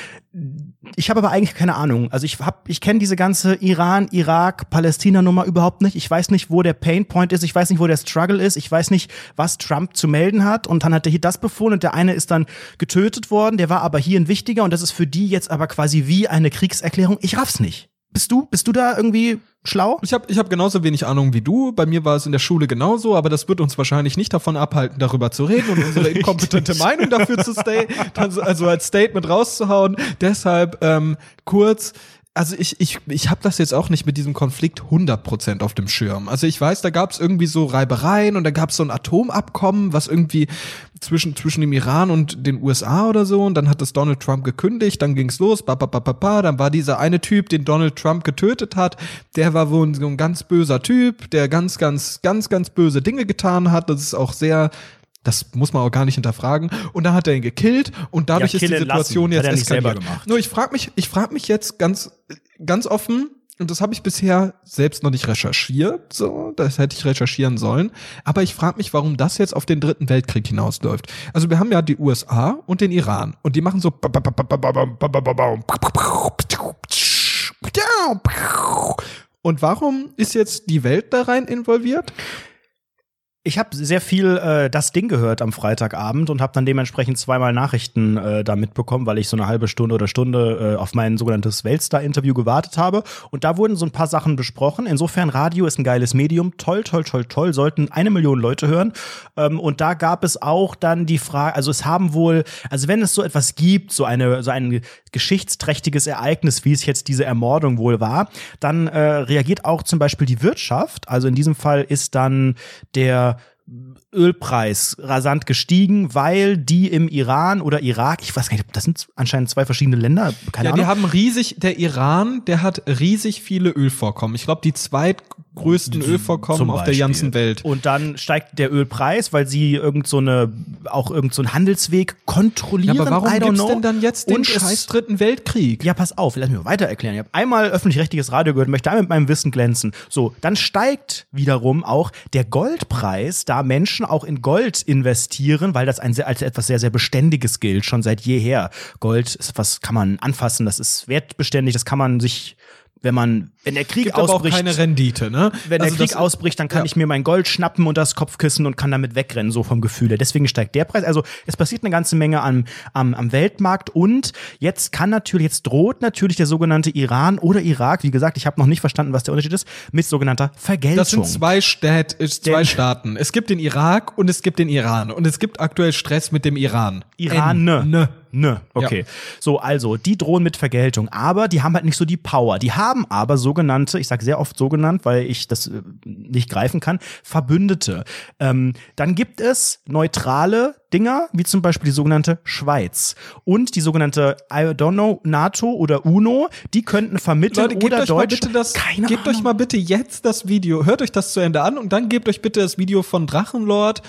ich habe aber eigentlich keine Ahnung. Also ich kenne diese ganze Iran, Irak, Palästina-Nummer überhaupt nicht. Ich weiß nicht, wo der Painpoint ist. Ich weiß nicht, wo der Struggle ist. Ich weiß nicht, was Trump zu melden hat. Und dann hat er hier das befohlen und der eine ist dann getötet worden. Der war aber hier ein wichtiger und das ist für die jetzt aber quasi wie eine Kriegserklärung. Ich raff's nicht. Bist du da irgendwie schlau? Ich hab genauso wenig Ahnung wie du. Bei mir war es in der Schule genauso, aber das wird uns wahrscheinlich nicht davon abhalten, darüber zu reden und unsere inkompetente Meinung dafür also als Statement rauszuhauen. Deshalb kurz, Also ich habe das jetzt auch nicht mit diesem Konflikt 100% auf dem Schirm. Also ich weiß, da gab es irgendwie so Reibereien und da gab es so ein Atomabkommen, was irgendwie zwischen dem Iran und den USA oder so, und dann hat das Donald Trump gekündigt, dann ging's los, dann war dieser eine Typ, den Donald Trump getötet hat, der war wohl so ein ganz böser Typ, der ganz böse Dinge getan hat. Das ist auch sehr, das muss man auch gar nicht hinterfragen. Und dann hat er ihn gekillt und dadurch ist die Situation jetzt eskaliert. Nur ich frag mich jetzt ganz offen, und das habe ich bisher selbst noch nicht recherchiert, so, das hätte ich recherchieren sollen, aber ich frage mich, warum das jetzt auf den Dritten Weltkrieg hinausläuft. Also wir haben ja die USA und den Iran und die machen so und warum ist jetzt die Welt da rein involviert? Ich habe sehr viel das Ding gehört am Freitagabend und habe dann dementsprechend zweimal Nachrichten da mitbekommen, weil ich so eine halbe Stunde oder Stunde auf mein sogenanntes Weltstar-Interview gewartet habe. Und da wurden so ein paar Sachen besprochen. Insofern, Radio ist ein geiles Medium. Toll, sollten 1 Million Leute hören. Und da gab es auch dann die Frage, also es haben wohl, also wenn es so etwas gibt, so ein geschichtsträchtiges Ereignis, wie es jetzt diese Ermordung wohl war, dann reagiert auch zum Beispiel die Wirtschaft. Also in diesem Fall ist dann der Ölpreis rasant gestiegen, weil die im Iran oder Irak, ich weiß gar nicht, das sind anscheinend 2 verschiedene Länder, keine Ahnung. Die haben der Iran, der hat riesig viele Ölvorkommen. Ich glaube, die zweitgrößten Ölvorkommen auf der ganzen Welt. Und dann steigt der Ölpreis, weil sie irgend so einen Handelsweg kontrollieren. Ja, aber warum gibt's denn dann jetzt den scheiß Dritten Weltkrieg? Ja, pass auf, lass mich mal weiter erklären. Ich habe einmal öffentlich-rechtliches Radio gehört, möchte einmal mit meinem Wissen glänzen. So, dann steigt wiederum auch der Goldpreis, da Menschen auch in Gold investieren, weil das als etwas sehr, sehr Beständiges gilt, schon seit jeher. Gold ist was, kann man anfassen, das ist wertbeständig, das kann man sich, wenn der Krieg ausbricht, aber auch keine Rendite, ne? Wenn der Krieg ausbricht, dann kann ich mir mein Gold schnappen und das Kopfkissen und kann damit wegrennen, so vom Gefühl her. Deswegen steigt der Preis. Also es passiert eine ganze Menge am Weltmarkt und jetzt droht natürlich der sogenannte Iran oder Irak, wie gesagt, ich habe noch nicht verstanden, was der Unterschied ist, mit sogenannter Vergeltung. Das sind zwei Staaten. Es gibt den Irak und es gibt den Iran und es gibt aktuell Stress mit dem Iran. Okay. Ja. So, also, die drohen mit Vergeltung, aber die haben halt nicht so die Power. Die haben aber sogenannte, ich sage sehr oft so genannt, weil ich das nicht greifen kann, Verbündete. Dann gibt es neutrale Dinger, wie zum Beispiel die sogenannte Schweiz und die sogenannte, NATO oder UNO, die könnten vermitteln. Leute, oder Deutsch. Gebt euch mal bitte jetzt das Video, hört euch das zu Ende an und dann gebt euch bitte das Video von Drachenlord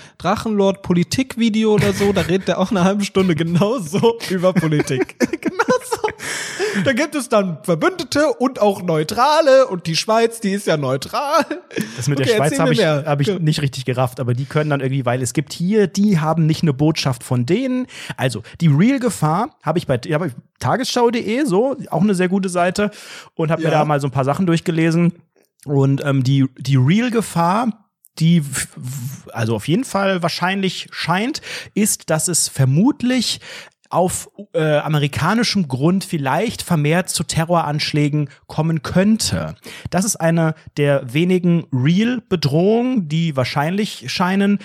Politikvideo oder so, da redet er auch eine halbe Stunde genauso über Politik. Genauso. Da gibt es dann Verbündete und auch Neutrale und die Schweiz, die ist ja neutral. Das mit der Schweiz habe ich nicht richtig gerafft, aber die können dann irgendwie, weil es gibt hier, die haben nicht eine Botschaft von denen. Also, die Real-Gefahr habe ich bei tagesschau.de, so, auch eine sehr gute Seite, und habe mir da mal so ein paar Sachen durchgelesen. Und die Real-Gefahr, die also auf jeden Fall wahrscheinlich scheint, ist, dass es vermutlich auf amerikanischem Grund vielleicht vermehrt zu Terroranschlägen kommen könnte. Das ist eine der wenigen Real-Bedrohungen, die wahrscheinlich scheinen.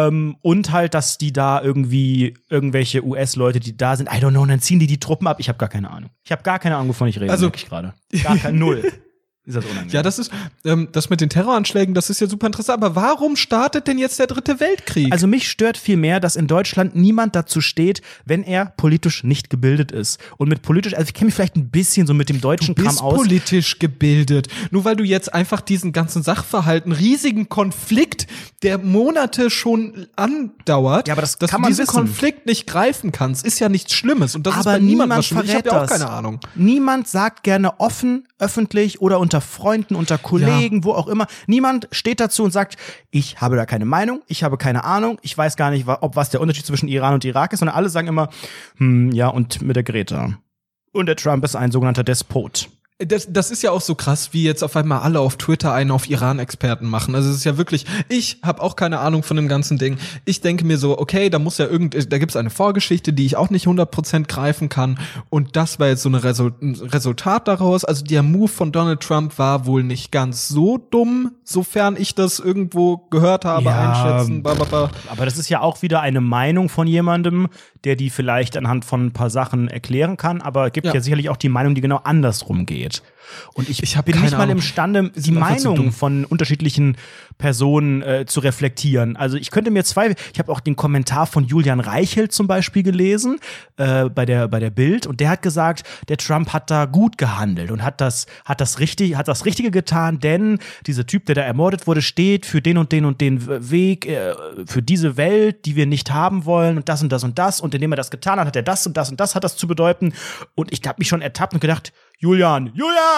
Und halt, dass die da irgendwie irgendwelche US-Leute, die da sind, I don't know, und dann ziehen die Truppen ab. Ich habe gar keine Ahnung. Wovon ich rede. Also wirklich gerade. Null. Ist das unangenehm. Ja, das ist, das mit den Terroranschlägen, das ist ja super interessant. Aber warum startet denn jetzt der Dritte Weltkrieg? Also mich stört vielmehr, dass in Deutschland niemand dazu steht, wenn er politisch nicht gebildet ist. Und mit politisch, also ich kenne mich vielleicht ein bisschen so mit dem deutschen Kram aus. Du bist politisch gebildet. Nur weil du jetzt einfach diesen ganzen Sachverhalt, einen riesigen Konflikt, der Monate schon andauert, ja, aber das dass kann du man diesen wissen. Konflikt nicht greifen kannst, ist ja nichts Schlimmes. Und das aber ist bei niemandem was Schlimmes. Ich habe ja auch keine Ahnung. Niemand sagt gerne offen, öffentlich oder unter Freunden, unter Kollegen, wo auch immer. Niemand steht dazu und sagt, ich habe da keine Meinung, ich habe keine Ahnung, ich weiß gar nicht, was der Unterschied zwischen Iran und Irak ist, sondern alle sagen immer, ja, und mit der Greta. Und der Trump ist ein sogenannter Despot. Das ist ja auch so krass, wie jetzt auf einmal alle auf Twitter einen auf Iran-Experten machen. Also es ist ja wirklich, ich habe auch keine Ahnung von dem ganzen Ding. Ich denke mir so, okay, da gibt's eine Vorgeschichte, die ich auch nicht 100% greifen kann. Und das war jetzt so ein Resultat daraus. Also der Move von Donald Trump war wohl nicht ganz so dumm, sofern ich das irgendwo gehört habe, einschätzen. Aber das ist ja auch wieder eine Meinung von jemandem, der die vielleicht anhand von ein paar Sachen erklären kann. Aber es gibt ja sicherlich auch die Meinung, die genau andersrum geht. geht. Und ich hab bin keine nicht mal Ahnung. imstande, die sind einfach zu Meinung dumm. von unterschiedlichen Personen zu reflektieren. Also ich könnte mir ich habe auch den Kommentar von Julian Reichelt zum Beispiel gelesen, bei der Bild, und der hat gesagt, der Trump hat da gut gehandelt und hat das Richtige getan, denn dieser Typ, der da ermordet wurde, steht für den und den und den Weg, für diese Welt, die wir nicht haben wollen und das und das und das, und indem er das getan hat, hat er das und das und das hat das zu bedeuten, und ich habe mich schon ertappt und gedacht, Julian,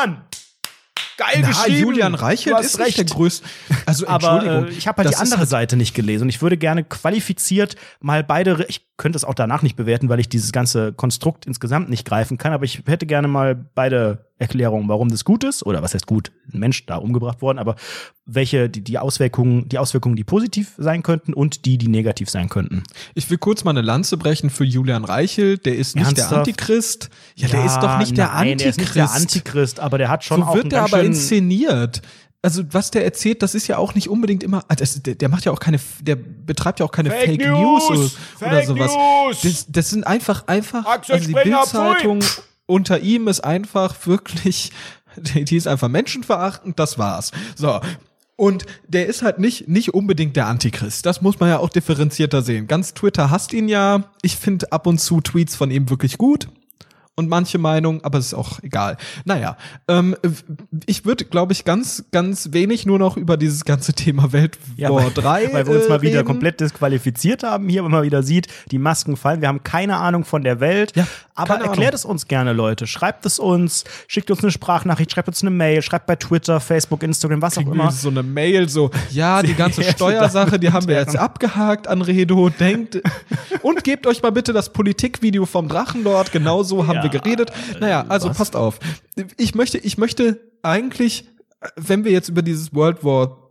geil geschrieben. Julian Reichelt Du hast ist nicht der größte. Also, aber Entschuldigung. ich habe halt die das ist andere Seite nicht gelesen, und ich würde gerne qualifiziert mal beide, ich könnte es auch danach nicht bewerten, weil ich dieses ganze Konstrukt insgesamt nicht greifen kann, aber ich hätte gerne mal beide Erklärungen, warum das gut ist, oder was heißt gut, ein Mensch da umgebracht worden, aber welche die Auswirkungen, die positiv sein könnten und die negativ sein könnten. Ich will kurz mal eine Lanze brechen für Julian Reichelt. Der ist nicht Ernsthaft? der Antichrist. Ja, der ist doch nicht der nein, Antichrist. Der ist nicht der Antichrist, aber der hat schon So auch wird der aber inszeniert. Also was der erzählt, das ist ja auch nicht unbedingt immer, der macht ja auch der betreibt ja auch keine Fake News oder sowas. Das sind einfach, also die Bild-Zeitung unter ihm ist einfach wirklich, die ist einfach menschenverachtend, das war's. So. Und der ist halt nicht unbedingt der Antichrist. Das muss man ja auch differenzierter sehen. Ganz Twitter hasst ihn ja. Ich finde ab und zu Tweets von ihm wirklich gut. Und manche Meinung, aber es ist auch egal. Naja, ich würde, glaube ich, ganz, ganz wenig nur noch über dieses ganze Thema Weltwar 3 weil wir uns mal wieder reden. komplett disqualifiziert haben hier, wenn man wieder sieht, die Masken fallen. Wir haben keine Ahnung von der Welt. Ja, aber keine erklärt Ahnung. es uns gerne, Leute. Schreibt es uns, schickt uns eine Sprachnachricht, schreibt uns eine Mail, schreibt bei Twitter, Facebook, Instagram, was auch immer. So eine Mail, so, ja, die ganze Steuersache, die haben wir jetzt abgehakt, Anredo, denkt. Und gebt euch mal bitte das Politikvideo vom Drachenlord, genauso haben wir geredet. Naja, also passt auf. Ich möchte eigentlich, wenn wir jetzt über dieses World War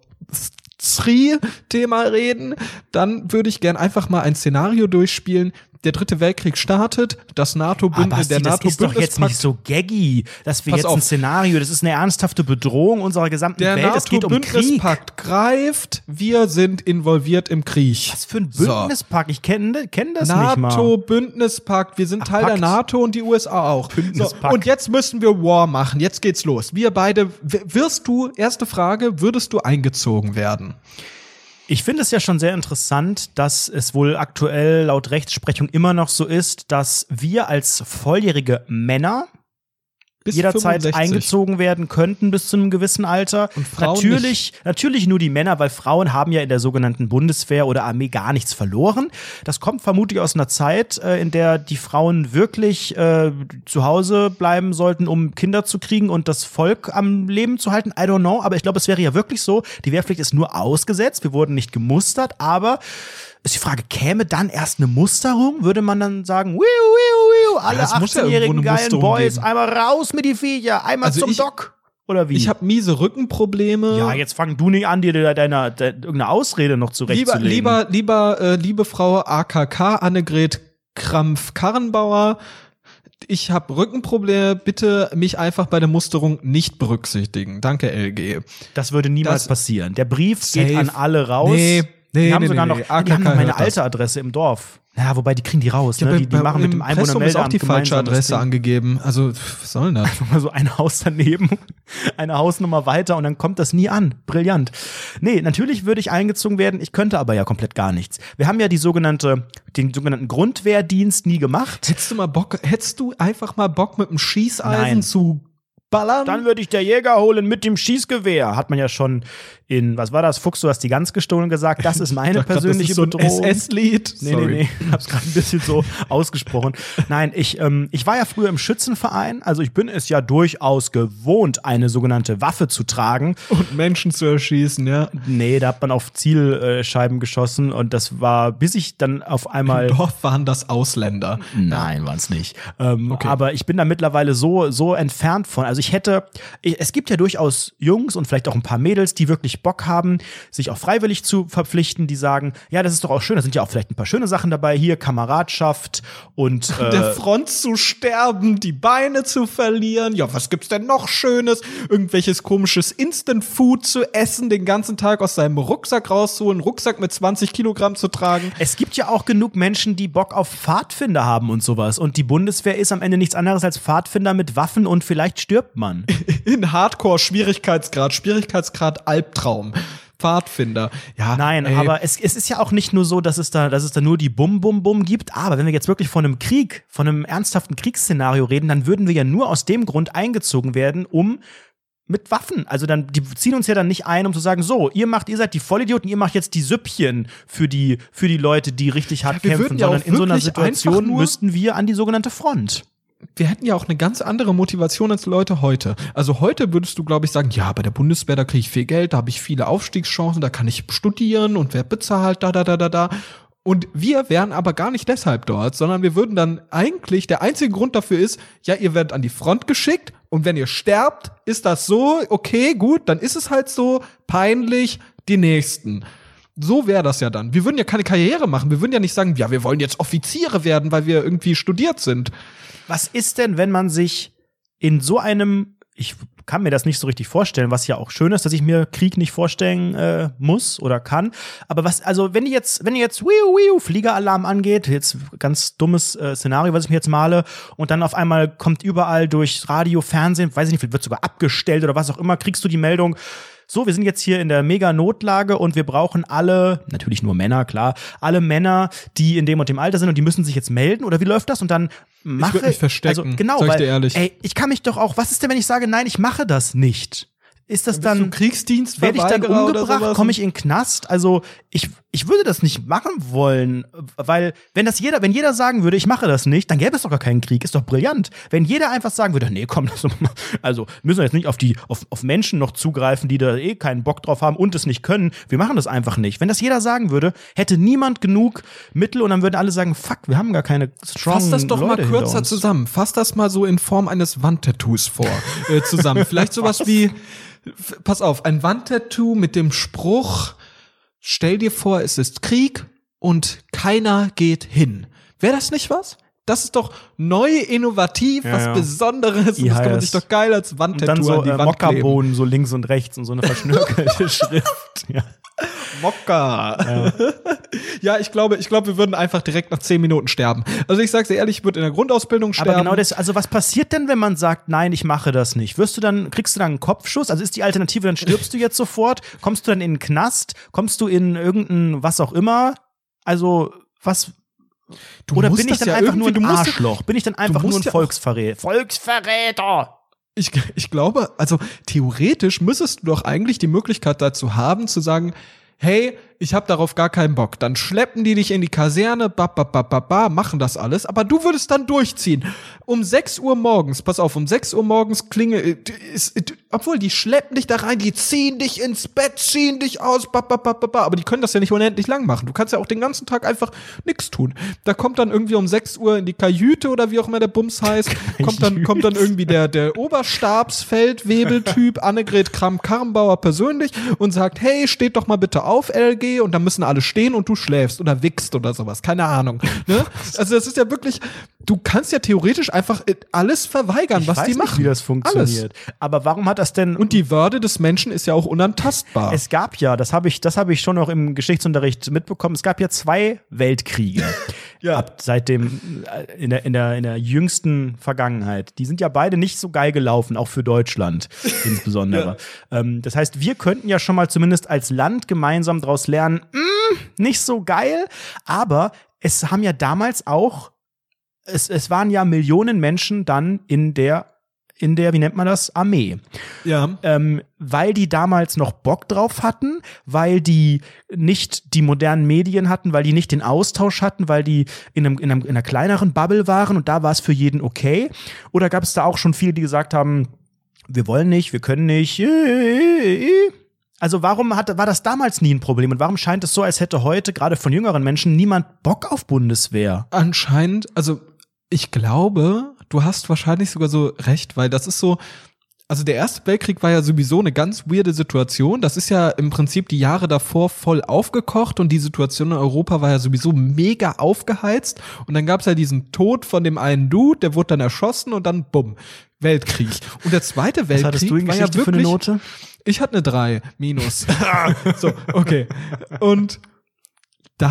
3 Thema reden, dann würde ich gern einfach mal ein Szenario durchspielen. Der Dritte Weltkrieg startet, das NATO-Bündnis, das ist doch jetzt nicht so gaggy, dass wir Pass jetzt auf. ein Szenario, das ist eine ernsthafte Bedrohung unserer gesamten der Welt. Es geht um Krieg. NATO-Bündnispakt greift, wir sind involviert im Krieg. Was für ein Bündnispakt? Ich kenne das nicht mal. NATO-Bündnispakt, wir sind Teil der Pakt. NATO und die USA auch. So, Bündnispakt. und jetzt müssen wir War machen, jetzt geht's los. Wir beide, erste Frage, würdest du eingezogen werden? Ich finde es ja schon sehr interessant, dass es wohl aktuell laut Rechtsprechung immer noch so ist, dass wir als volljährige Männer Bis jederzeit 65. eingezogen werden könnten bis zu einem gewissen Alter. Und Frauen Natürlich nur die Männer, weil Frauen haben ja in der sogenannten Bundeswehr oder Armee gar nichts verloren. Das kommt vermutlich aus einer Zeit, in der die Frauen wirklich zu Hause bleiben sollten, um Kinder zu kriegen und das Volk am Leben zu halten. I don't know, aber ich glaube, es wäre ja wirklich so, die Wehrpflicht ist nur ausgesetzt, wir wurden nicht gemustert, aber ist die Frage, käme dann erst eine Musterung? Würde man dann sagen, alle es muss ja 18-jährigen irgendwo eine geilen Musterung Boys, geben. einmal raus mit die Viecher, einmal Also zum ich- Doc. Oder wie? Ich habe miese Rückenprobleme. ja, jetzt fang du nicht an, dir irgendeine Ausrede noch zurechtzulegen. Liebe Frau AKK Annegret Krampf-Karrenbauer, ich habe Rückenprobleme, bitte mich einfach bei der Musterung nicht berücksichtigen. Danke, LG. Das würde niemals Das- passieren. Der Brief Safe. geht an alle raus. Nee, die haben nee, sogar nee, noch, nee. die haben noch AKK meine hört das. alte Adresse im Dorf. Ja, wobei, die kriegen die raus, ne? Die bei- machen mit dem im Impressum ist auch Einwohnermeldeamt die falsche gemeinsam das Adresse Ding. angegeben. Also, was soll denn das? Mal so ein Haus daneben, eine Hausnummer weiter und dann kommt das nie an. Brillant. Nee, natürlich würde ich eingezogen werden, ich könnte aber ja komplett gar nichts. Wir haben ja den sogenannten Grundwehrdienst nie gemacht. Hättest du einfach mal Bock mit dem Schießeisen Nein. zu ballern? Dann würde ich der Jäger holen mit dem Schießgewehr. Hat man ja schon was war das? Fuchs, du hast die Gans gestohlen gesagt. Das ist meine persönliche Bedrohung. Das ist so ein SS-Lied. Nee. Hab's gerade ein bisschen so ausgesprochen. Nein, ich war ja früher im Schützenverein. Also ich bin es ja durchaus gewohnt, eine sogenannte Waffe zu tragen. Und Menschen zu erschießen, ja. Nee, da hat man auf Zielscheiben geschossen. Und das war, bis ich dann auf einmal... Im Dorf waren das Ausländer. Nein, waren es nicht. Aber ich bin da mittlerweile so entfernt von. Also es gibt ja durchaus Jungs und vielleicht auch ein paar Mädels, die wirklich Bock haben, sich auch freiwillig zu verpflichten, die sagen, ja, das ist doch auch schön, da sind ja auch vielleicht ein paar schöne Sachen dabei, hier Kameradschaft und Der Front zu sterben, die Beine zu verlieren. Ja, was gibt's denn noch Schönes? Irgendwelches komisches Instant-Food zu essen, den ganzen Tag aus seinem Rucksack rauszuholen, einen Rucksack mit 20 Kilogramm zu tragen. es gibt ja auch genug Menschen, die Bock auf Pfadfinder haben und sowas. Und die Bundeswehr ist am Ende nichts anderes als Pfadfinder mit Waffen und vielleicht stirbt stirbt man. In Hardcore-Schwierigkeitsgrad Albtraum. Pfadfinder. Ja, nein, aber es ist ja auch nicht nur so, dass es da nur die Bum-Bum-Bum gibt, aber wenn wir jetzt wirklich von einem Krieg, von einem ernsthaften Kriegsszenario reden, dann würden wir ja nur aus dem Grund eingezogen werden, um mit Waffen. Also die ziehen uns ja dann nicht ein, um zu sagen, so, ihr seid die Vollidioten, ihr macht jetzt die Süppchen für die Leute, die richtig hart kämpfen, ja sondern in so einer Situation müssten wir an die sogenannte Front. Wir hätten ja auch eine ganz andere Motivation als Leute heute. Also heute würdest du, glaube ich, sagen, ja, bei der Bundeswehr, da kriege ich viel Geld, da habe ich viele Aufstiegschancen, da kann ich studieren und wer bezahlt, da. Und wir wären aber gar nicht deshalb dort, sondern wir würden dann eigentlich, der einzige Grund dafür ist, ja, ihr werdet an die Front geschickt und wenn ihr sterbt, ist das so, okay, gut, dann ist es halt so, peinlich, die Nächsten. So wäre das ja dann. Wir würden ja keine Karriere machen, wir würden ja nicht sagen, ja, wir wollen jetzt Offiziere werden, weil wir irgendwie studiert sind. Was ist denn, wenn man sich in so einem, ich kann mir das nicht so richtig vorstellen, was ja auch schön ist, dass ich mir Krieg nicht vorstellen muss oder kann. Aber wenn ihr jetzt Fliegeralarm angeht, jetzt ganz dummes Szenario, was ich mir jetzt male, und dann auf einmal kommt überall durch Radio, Fernsehen, weiß ich nicht, wird sogar abgestellt oder was auch immer, kriegst du die Meldung, so, wir sind jetzt hier in der Mega-Notlage und wir brauchen alle, natürlich nur Männer, klar, alle Männer, die in dem und dem Alter sind und die müssen sich jetzt melden, oder wie läuft das? Und dann ich würde mich verstecken, also genau, sag ich dir ehrlich. Ey, ich kann mich doch auch, was ist denn, wenn ich sage, nein, ich mache das nicht? Ist das dann Kriegsdienst? Werde ich dann umgebracht? Komme ich in den Knast? Also ich würde das nicht machen wollen, weil wenn jeder sagen würde, ich mache das nicht, dann gäbe es doch gar keinen Krieg. Ist doch brillant. Wenn jeder einfach sagen würde, nee, komm, also müssen wir jetzt nicht auf Menschen noch zugreifen, die da keinen Bock drauf haben und es nicht können. Wir machen das einfach nicht. Wenn das jeder sagen würde, hätte niemand genug Mittel und dann würden alle sagen, fuck, wir haben gar keine strong Fass das doch Leute mal kürzer zusammen. Fass das mal so in Form eines Wandtattoos zusammen. Vielleicht sowas wie pass auf, ein Wandtattoo mit dem Spruch, stell dir vor, es ist Krieg und keiner geht hin. Wäre das nicht was? Das ist doch neu, innovativ, was Besonderes. Und das kann man sich doch geil als Wandtattoo an die Wand kleben. Mokkabohnen so links und rechts und so eine verschnörkelte Schrift. Ja. Mokka. Ja, ich glaube, wir würden einfach direkt nach 10 Minuten sterben. Also ich sag's dir ehrlich, ich würde in der Grundausbildung sterben. Aber genau das, also was passiert denn, wenn man sagt, nein, ich mache das nicht? Kriegst du dann einen Kopfschuss? Also ist die Alternative, dann stirbst du jetzt sofort? Kommst du dann in den Knast? Kommst du in irgendein, was auch immer? Also, was... Oder bin ich dann einfach nur ein Arschloch? Bin ich dann einfach nur ein Volksverräter? Volksverräter! Ich glaube, also theoretisch müsstest du doch eigentlich die Möglichkeit dazu haben, zu sagen, hey, ich habe darauf gar keinen Bock. Dann schleppen die dich in die Kaserne, machen das alles, aber du würdest dann durchziehen. Um 6 Uhr morgens, pass auf, um 6 Uhr morgens obwohl, die schleppen dich da rein, die ziehen dich ins Bett, ziehen dich aus, aber die können das ja nicht unendlich lang machen. Du kannst ja auch den ganzen Tag einfach nichts tun. Da kommt dann irgendwie um 6 Uhr in die Kajüte oder wie auch immer der Bums heißt, kommt dann irgendwie der Oberstabsfeldwebeltyp Annegret Kramp-Karrenbauer persönlich und sagt, hey, steht doch mal bitte auf, LG, und dann müssen alle stehen und du schläfst oder wichst oder sowas, keine Ahnung. Ne? Also das ist ja wirklich, du kannst ja theoretisch einfach alles verweigern, was die machen. Ich weiß nicht, wie das funktioniert. Alles. Aber warum hat das denn... Und die Würde des Menschen ist ja auch unantastbar. Es gab ja, das hab ich schon noch im Geschichtsunterricht mitbekommen, es gab ja 2 Weltkriege. Seit dem, in der jüngsten Vergangenheit. Die sind ja beide nicht so geil gelaufen, auch für Deutschland insbesondere. Das heißt, wir könnten ja schon mal zumindest als Land gemeinsam daraus lernen, nicht so geil, aber es haben ja damals auch, es waren ja Millionen Menschen dann in der, wie nennt man das, Armee. Ja. Weil die damals noch Bock drauf hatten, weil die nicht die modernen Medien hatten, weil die nicht den Austausch hatten, weil die in einer kleineren Bubble waren und da war es für jeden okay. Oder gab es da auch schon viele, die gesagt haben, wir wollen nicht, wir können nicht. Also warum war das damals nie ein Problem? Und warum scheint es so, als hätte heute gerade von jüngeren Menschen niemand Bock auf Bundeswehr? Anscheinend, also ich glaube, du hast wahrscheinlich sogar so recht, weil das ist so, also der Erste Weltkrieg war ja sowieso eine ganz weirde Situation. Das ist ja im Prinzip die Jahre davor voll aufgekocht und die Situation in Europa war ja sowieso mega aufgeheizt. Und dann gab's ja diesen Tod von dem einen Dude, der wurde dann erschossen und dann bumm, Weltkrieg. Und der Zweite Weltkrieg war ja wirklich, für eine Note? Ich hatte eine 3 minus. So, okay. Und dann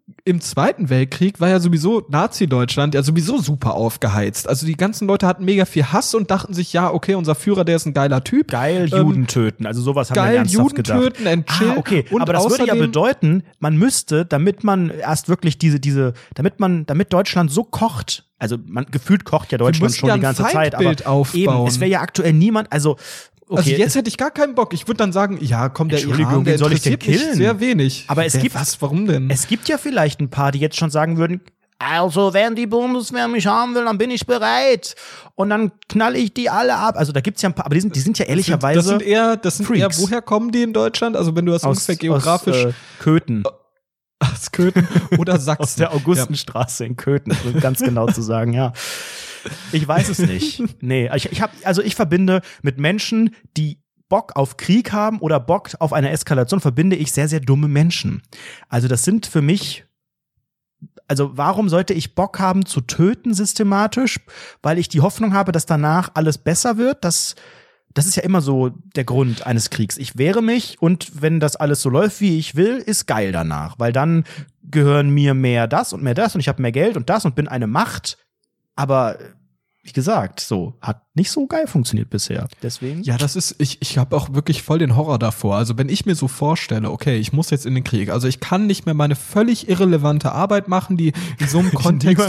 im Zweiten Weltkrieg war ja sowieso Nazi-Deutschland ja sowieso super aufgeheizt. Also die ganzen Leute hatten mega viel Hass und dachten sich, ja, okay, unser Führer, der ist ein geiler Typ. Geil Juden töten, also sowas haben wir Geil ernsthaft Juden gedacht. töten, entchill. Okay, und aber das würde ja bedeuten, man müsste, damit man erst wirklich damit Deutschland so kocht, also gefühlt kocht ja Deutschland schon die ganze Zeit, aber eben, es wäre ja aktuell niemand, also okay, also jetzt hätte ich gar keinen Bock. Ich würde dann sagen, ja, komm, der Entschuldigung, Iran, der wen soll ich denn interessiert mich killen? sehr wenig. Aber es gibt was, warum denn? Es gibt ja vielleicht ein paar, die jetzt schon sagen würden, also wenn die Bundeswehr mich haben will, dann bin ich bereit. Und dann knall ich die alle ab. Also da gibt's ja ein paar, aber die sind ja ehrlicherweise das sind eher, woher kommen die in Deutschland? Also wenn du das ungefähr geografisch aus Köthen. Aus Köthen oder Sachsen. Aus der Augustenstraße in Köthen, um ganz genau zu sagen, ja. Ich weiß es nicht. Nee, ich verbinde mit Menschen, die Bock auf Krieg haben oder Bock auf eine Eskalation, verbinde ich sehr, sehr dumme Menschen. Also das sind für mich, also warum sollte ich Bock haben zu töten systematisch? Weil ich die Hoffnung habe, dass danach alles besser wird. Das ist ja immer so der Grund eines Kriegs. Ich wehre mich und wenn das alles so läuft, wie ich will, ist geil danach. Weil dann gehören mir mehr das und ich habe mehr Geld und das und bin eine Macht. Aber wie gesagt, so hat nicht so geil funktioniert bisher. Deswegen. Ja, ich habe auch wirklich voll den Horror davor. Also wenn ich mir so vorstelle, okay, ich muss jetzt in den Krieg, also ich kann nicht mehr meine völlig irrelevante Arbeit machen, die in so einem Kontext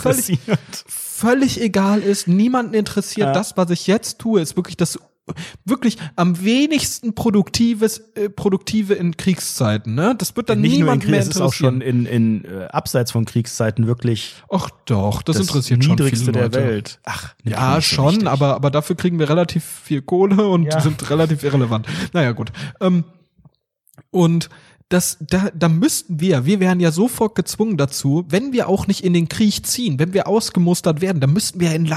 völlig egal ist, niemanden interessiert. Ja. Das, was ich jetzt tue, ist wirklich das wirklich am wenigsten Produktive in Kriegszeiten, ne? Das wird dann nicht niemand nur in mehr interessieren. Das ist auch schon in abseits von Kriegszeiten wirklich. Ach doch, das interessiert schon viele Niedrigste Leute. der Welt. Ach, ja, schon, aber dafür kriegen wir relativ viel Kohle und sind relativ irrelevant. Naja, gut. Und da müssten wir wären ja sofort gezwungen dazu, wenn wir auch nicht in den Krieg ziehen, wenn wir ausgemustert werden, dann müssten wir in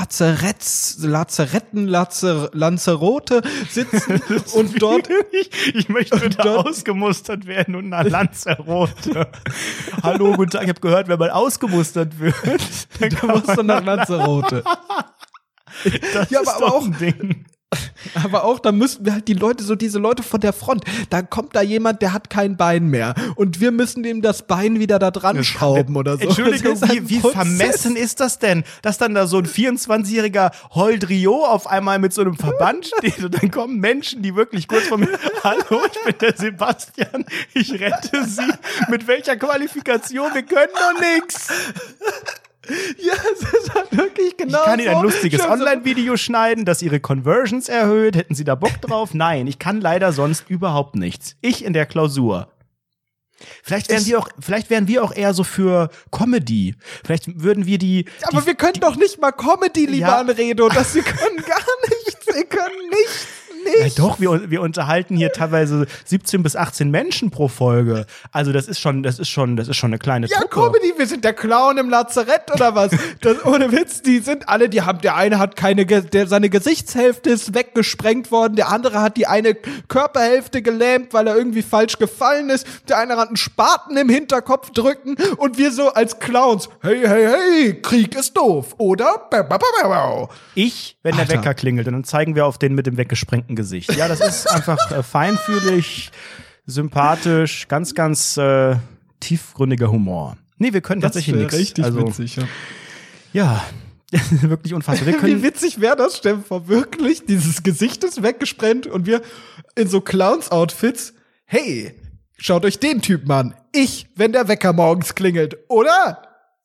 Lanzarote sitzen und dort. Ich möchte bitte ausgemustert werden und nach Lanzarote. Hallo, guten Tag, ich habe gehört, wenn man ausgemustert wird, dann musst du nach Lanzarote. Das ist aber auch ein Ding. Aber auch, da müssten wir halt diese Leute von der Front, da kommt da jemand, der hat kein Bein mehr und wir müssen dem das Bein wieder da dran schrauben oder so. Entschuldigung, wie vermessen ist das denn, dass dann da so ein 24-jähriger Holdrio auf einmal mit so einem Verband steht und dann kommen Menschen, die wirklich kurz vor mir, hallo, ich bin der Sebastian, ich rette Sie. Mit welcher Qualifikation? Wir können doch nix. Ja, es ist halt wirklich genau so. Ich kann Ihnen ein lustiges Online-Video schneiden, das Ihre Conversions erhöht. Hätten Sie da Bock drauf? Nein, ich kann leider sonst überhaupt nichts. Ich in der Klausur. Vielleicht wären wir auch eher so für Comedy. Vielleicht würden wir Aber wir können doch nicht mal Comedy, lieber Anredo. Sie können gar nichts. Sie können nichts. Ja, doch, wir unterhalten hier teilweise 17 bis 18 Menschen pro Folge. Also das ist schon eine kleine Truppe. Ja, Comedy, wir sind der Clown im Lazarett oder was? Ohne Witz, der eine hat seine Gesichtshälfte ist weggesprengt worden, der andere hat die eine Körperhälfte gelähmt, weil er irgendwie falsch gefallen ist, der eine hat einen Spaten im Hinterkopf drücken und wir so als Clowns, hey, Krieg ist doof, oder? Wenn der Wecker klingelt, dann zeigen wir auf den mit dem weggesprengten Gesicht. Ja, das ist einfach feinfühlig, sympathisch, ganz, ganz tiefgründiger Humor. Nee, wir können tatsächlich nichts. Richtig witzig, ja. Wirklich unfassbar. Wie witzig wäre das? Stell dir vor, wirklich, dieses Gesicht ist weggesprengt und wir in so Clowns-Outfits, hey, schaut euch den Typen an. Wenn der Wecker morgens klingelt, oder?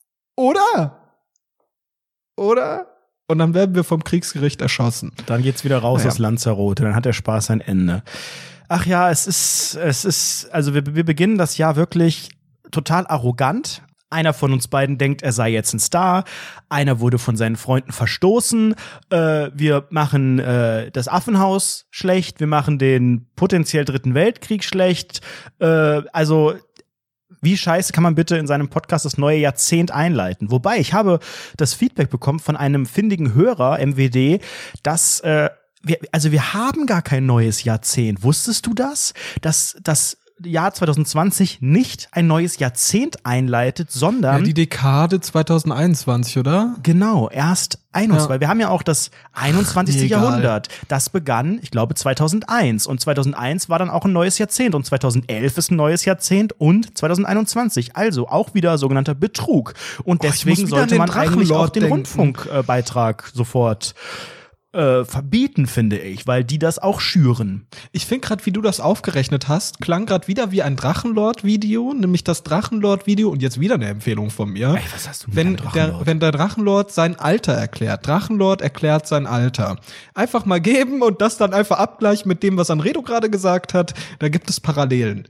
Und dann werden wir vom Kriegsgericht erschossen. Dann geht's wieder raus aus Lanzarote, dann hat der Spaß ein Ende. Ach ja, es ist, also wir beginnen das Jahr wirklich total arrogant. Einer von uns beiden denkt, er sei jetzt ein Star. Einer wurde von seinen Freunden verstoßen. Wir machen das Affenhaus schlecht. Wir machen den potenziell Dritten Weltkrieg schlecht. Also wie scheiße kann man bitte in seinem Podcast das neue Jahrzehnt einleiten? Wobei, ich habe das Feedback bekommen von einem findigen Hörer, MWD, dass wir haben gar kein neues Jahrzehnt. Wusstest du das? Dass Jahr 2020 nicht ein neues Jahrzehnt einleitet, sondern Ja, die Dekade 2021, oder? genau, erst 21, Ja. weil wir haben ja auch das 21. Mir egal. Jahrhundert. Das begann, ich glaube, 2001. Und 2001 war dann auch ein neues Jahrzehnt. Und 2011 ist ein neues Jahrzehnt und 2021. Also auch wieder sogenannter Betrug. Und ich muss deswegen wieder an sollte den man eigentlich auch Drachenlord den denken. Rundfunkbeitrag sofort verbieten, finde ich, weil die das auch schüren. Ich finde gerade, wie du das aufgerechnet hast, klang gerade wieder wie ein Drachenlord-Video, nämlich das Drachenlord-Video, und jetzt wieder eine Empfehlung von mir. Ey, was hast du mit dem Drachenlord? Wenn der Drachenlord sein Alter erklärt. Drachenlord erklärt sein Alter. Einfach mal geben und das dann einfach abgleichen mit dem, was Anredo gerade gesagt hat. Da gibt es Parallelen.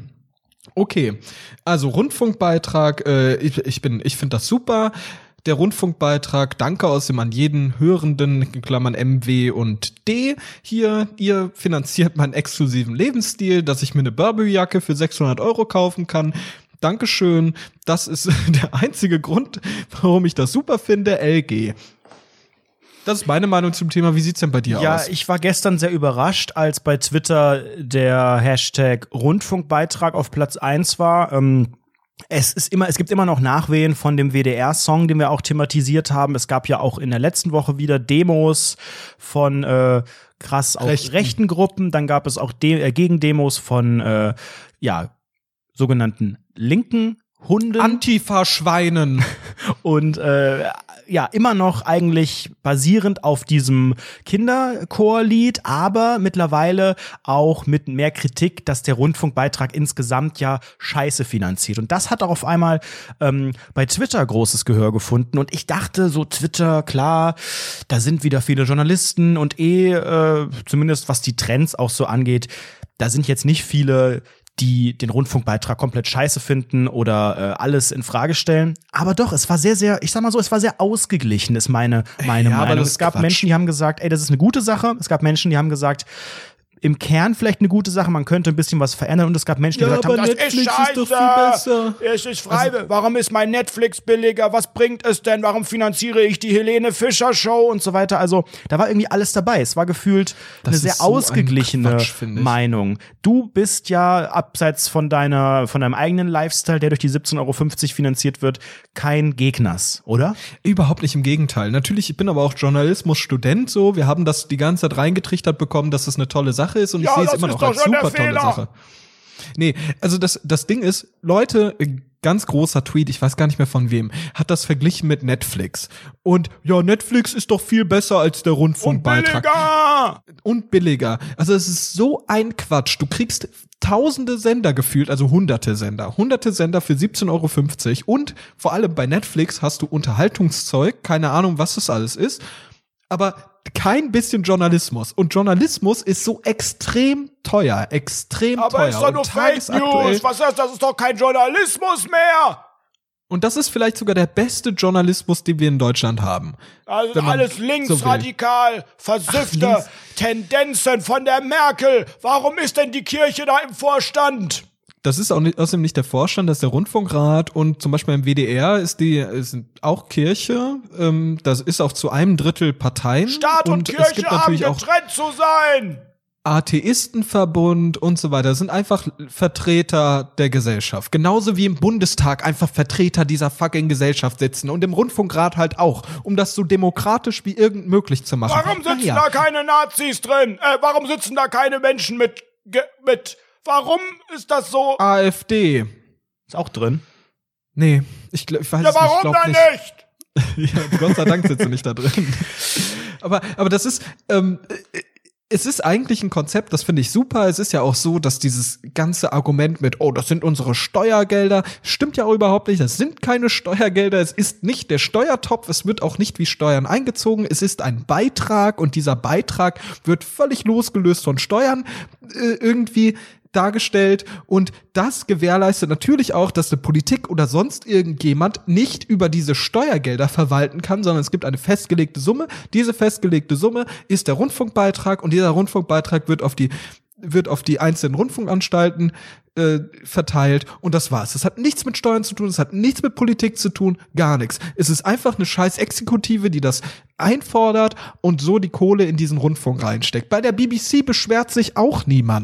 Okay, also Rundfunkbeitrag, ich finde das super. Der Rundfunkbeitrag, danke außerdem an jeden Hörenden, in Klammern MW und D. Hier, ihr finanziert meinen exklusiven Lebensstil, dass ich mir eine Burberry-Jacke für 600 € kaufen kann. Dankeschön. Das ist der einzige Grund, warum ich das super finde. LG. Das ist meine Meinung zum Thema. Wie sieht's denn bei dir aus? Ja, ich war gestern sehr überrascht, als bei Twitter der Hashtag Rundfunkbeitrag auf Platz 1 war. Es gibt immer noch Nachwehen von dem WDR-Song, den wir auch thematisiert haben. Es gab ja auch in der letzten Woche wieder Demos von krass auch rechten Gruppen. Dann gab es auch Gegendemos von sogenannten linken Hunden. Antifa-Schweinen. Und immer noch eigentlich basierend auf diesem Kinderchorlied, aber mittlerweile auch mit mehr Kritik, dass der Rundfunkbeitrag insgesamt ja scheiße finanziert. Und das hat auch auf einmal bei Twitter großes Gehör gefunden. Und ich dachte so, Twitter, klar, da sind wieder viele Journalisten und zumindest was die Trends auch so angeht, da sind jetzt nicht viele, die den Rundfunkbeitrag komplett scheiße finden oder alles in Frage stellen. Aber doch, es war sehr, sehr, ich sag mal so, es war sehr ausgeglichen, ist meine Meinung. Es gab Menschen, die haben gesagt, ey, das ist eine gute Sache. Es gab Menschen, die haben gesagt, im Kern vielleicht eine gute Sache, man könnte ein bisschen was verändern. Und es gab Menschen, die gesagt haben, das Netflix ist scheiße, ist doch viel besser. es ist frei, warum ist mein Netflix billiger, was bringt es denn, warum finanziere ich die Helene Fischer Show und so weiter. Also da war irgendwie alles dabei. Es war gefühlt eine sehr so ein ausgeglichene Quatsch, finde ich. Meinung. Du bist ja, abseits von deinem eigenen Lifestyle, der durch die 17,50 € finanziert wird, kein Gegners, oder? Überhaupt nicht, im Gegenteil. Natürlich, ich bin aber auch Journalismus-Student so. Wir haben das die ganze Zeit reingetrichtert bekommen, dass das eine tolle Sache ist, und ich sehe es immer noch als super tolle Sache. Nee, also das Ding ist, Leute, ganz großer Tweet, ich weiß gar nicht mehr von wem, hat das verglichen mit Netflix. Und ja, Netflix ist doch viel besser als der Rundfunkbeitrag. Und billiger. Also es ist so ein Quatsch. Du kriegst tausende Sender gefühlt, also hunderte Sender für 17,50 € und vor allem bei Netflix hast du Unterhaltungszeug, keine Ahnung, was das alles ist, aber kein bisschen Journalismus. Und Journalismus ist so extrem teuer, extrem teuer. Aber ist doch nur Fake News, was ist das? Das ist doch kein Journalismus mehr! Und das ist vielleicht sogar der beste Journalismus, den wir in Deutschland haben. Also alles linksradikal, versüffte Tendenzen von der Merkel. Warum ist denn die Kirche da im Vorstand? Das ist außerdem nicht der Vorstand, das ist der Rundfunkrat, und zum Beispiel im WDR ist auch Kirche, das ist auch zu einem Drittel Parteien. Staat und Kirche es gibt natürlich haben getrennt zu sein! Atheistenverbund und so weiter, das sind einfach Vertreter der Gesellschaft. Genauso wie im Bundestag einfach Vertreter dieser fucking Gesellschaft sitzen und im Rundfunkrat halt auch, um das so demokratisch wie irgend möglich zu machen. Warum sitzen da keine Nazis drin? Warum sitzen da keine Menschen mit warum ist das so? AfD. Ist auch drin? Nee, ich weiß es nicht. Ja, warum dann nicht? Ja, Gott sei Dank sitzt du nicht da drin. Aber das ist, es ist eigentlich ein Konzept, das finde ich super. Es ist ja auch so, dass dieses ganze Argument mit, oh, das sind unsere Steuergelder, stimmt ja auch überhaupt nicht. Das sind keine Steuergelder. Es ist nicht der Steuertopf. Es wird auch nicht wie Steuern eingezogen. Es ist ein Beitrag, und dieser Beitrag wird völlig losgelöst von Steuern irgendwie dargestellt, und das gewährleistet natürlich auch, dass eine Politik oder sonst irgendjemand nicht über diese Steuergelder verwalten kann, sondern es gibt eine festgelegte Summe. Diese festgelegte Summe ist der Rundfunkbeitrag, und dieser Rundfunkbeitrag wird auf die einzelnen Rundfunkanstalten verteilt, und das war's. Das hat nichts mit Steuern zu tun, das hat nichts mit Politik zu tun, gar nichts. Es ist einfach eine scheiß Exekutive, die das einfordert und so die Kohle in diesen Rundfunk reinsteckt. Bei der BBC beschwert sich auch niemand.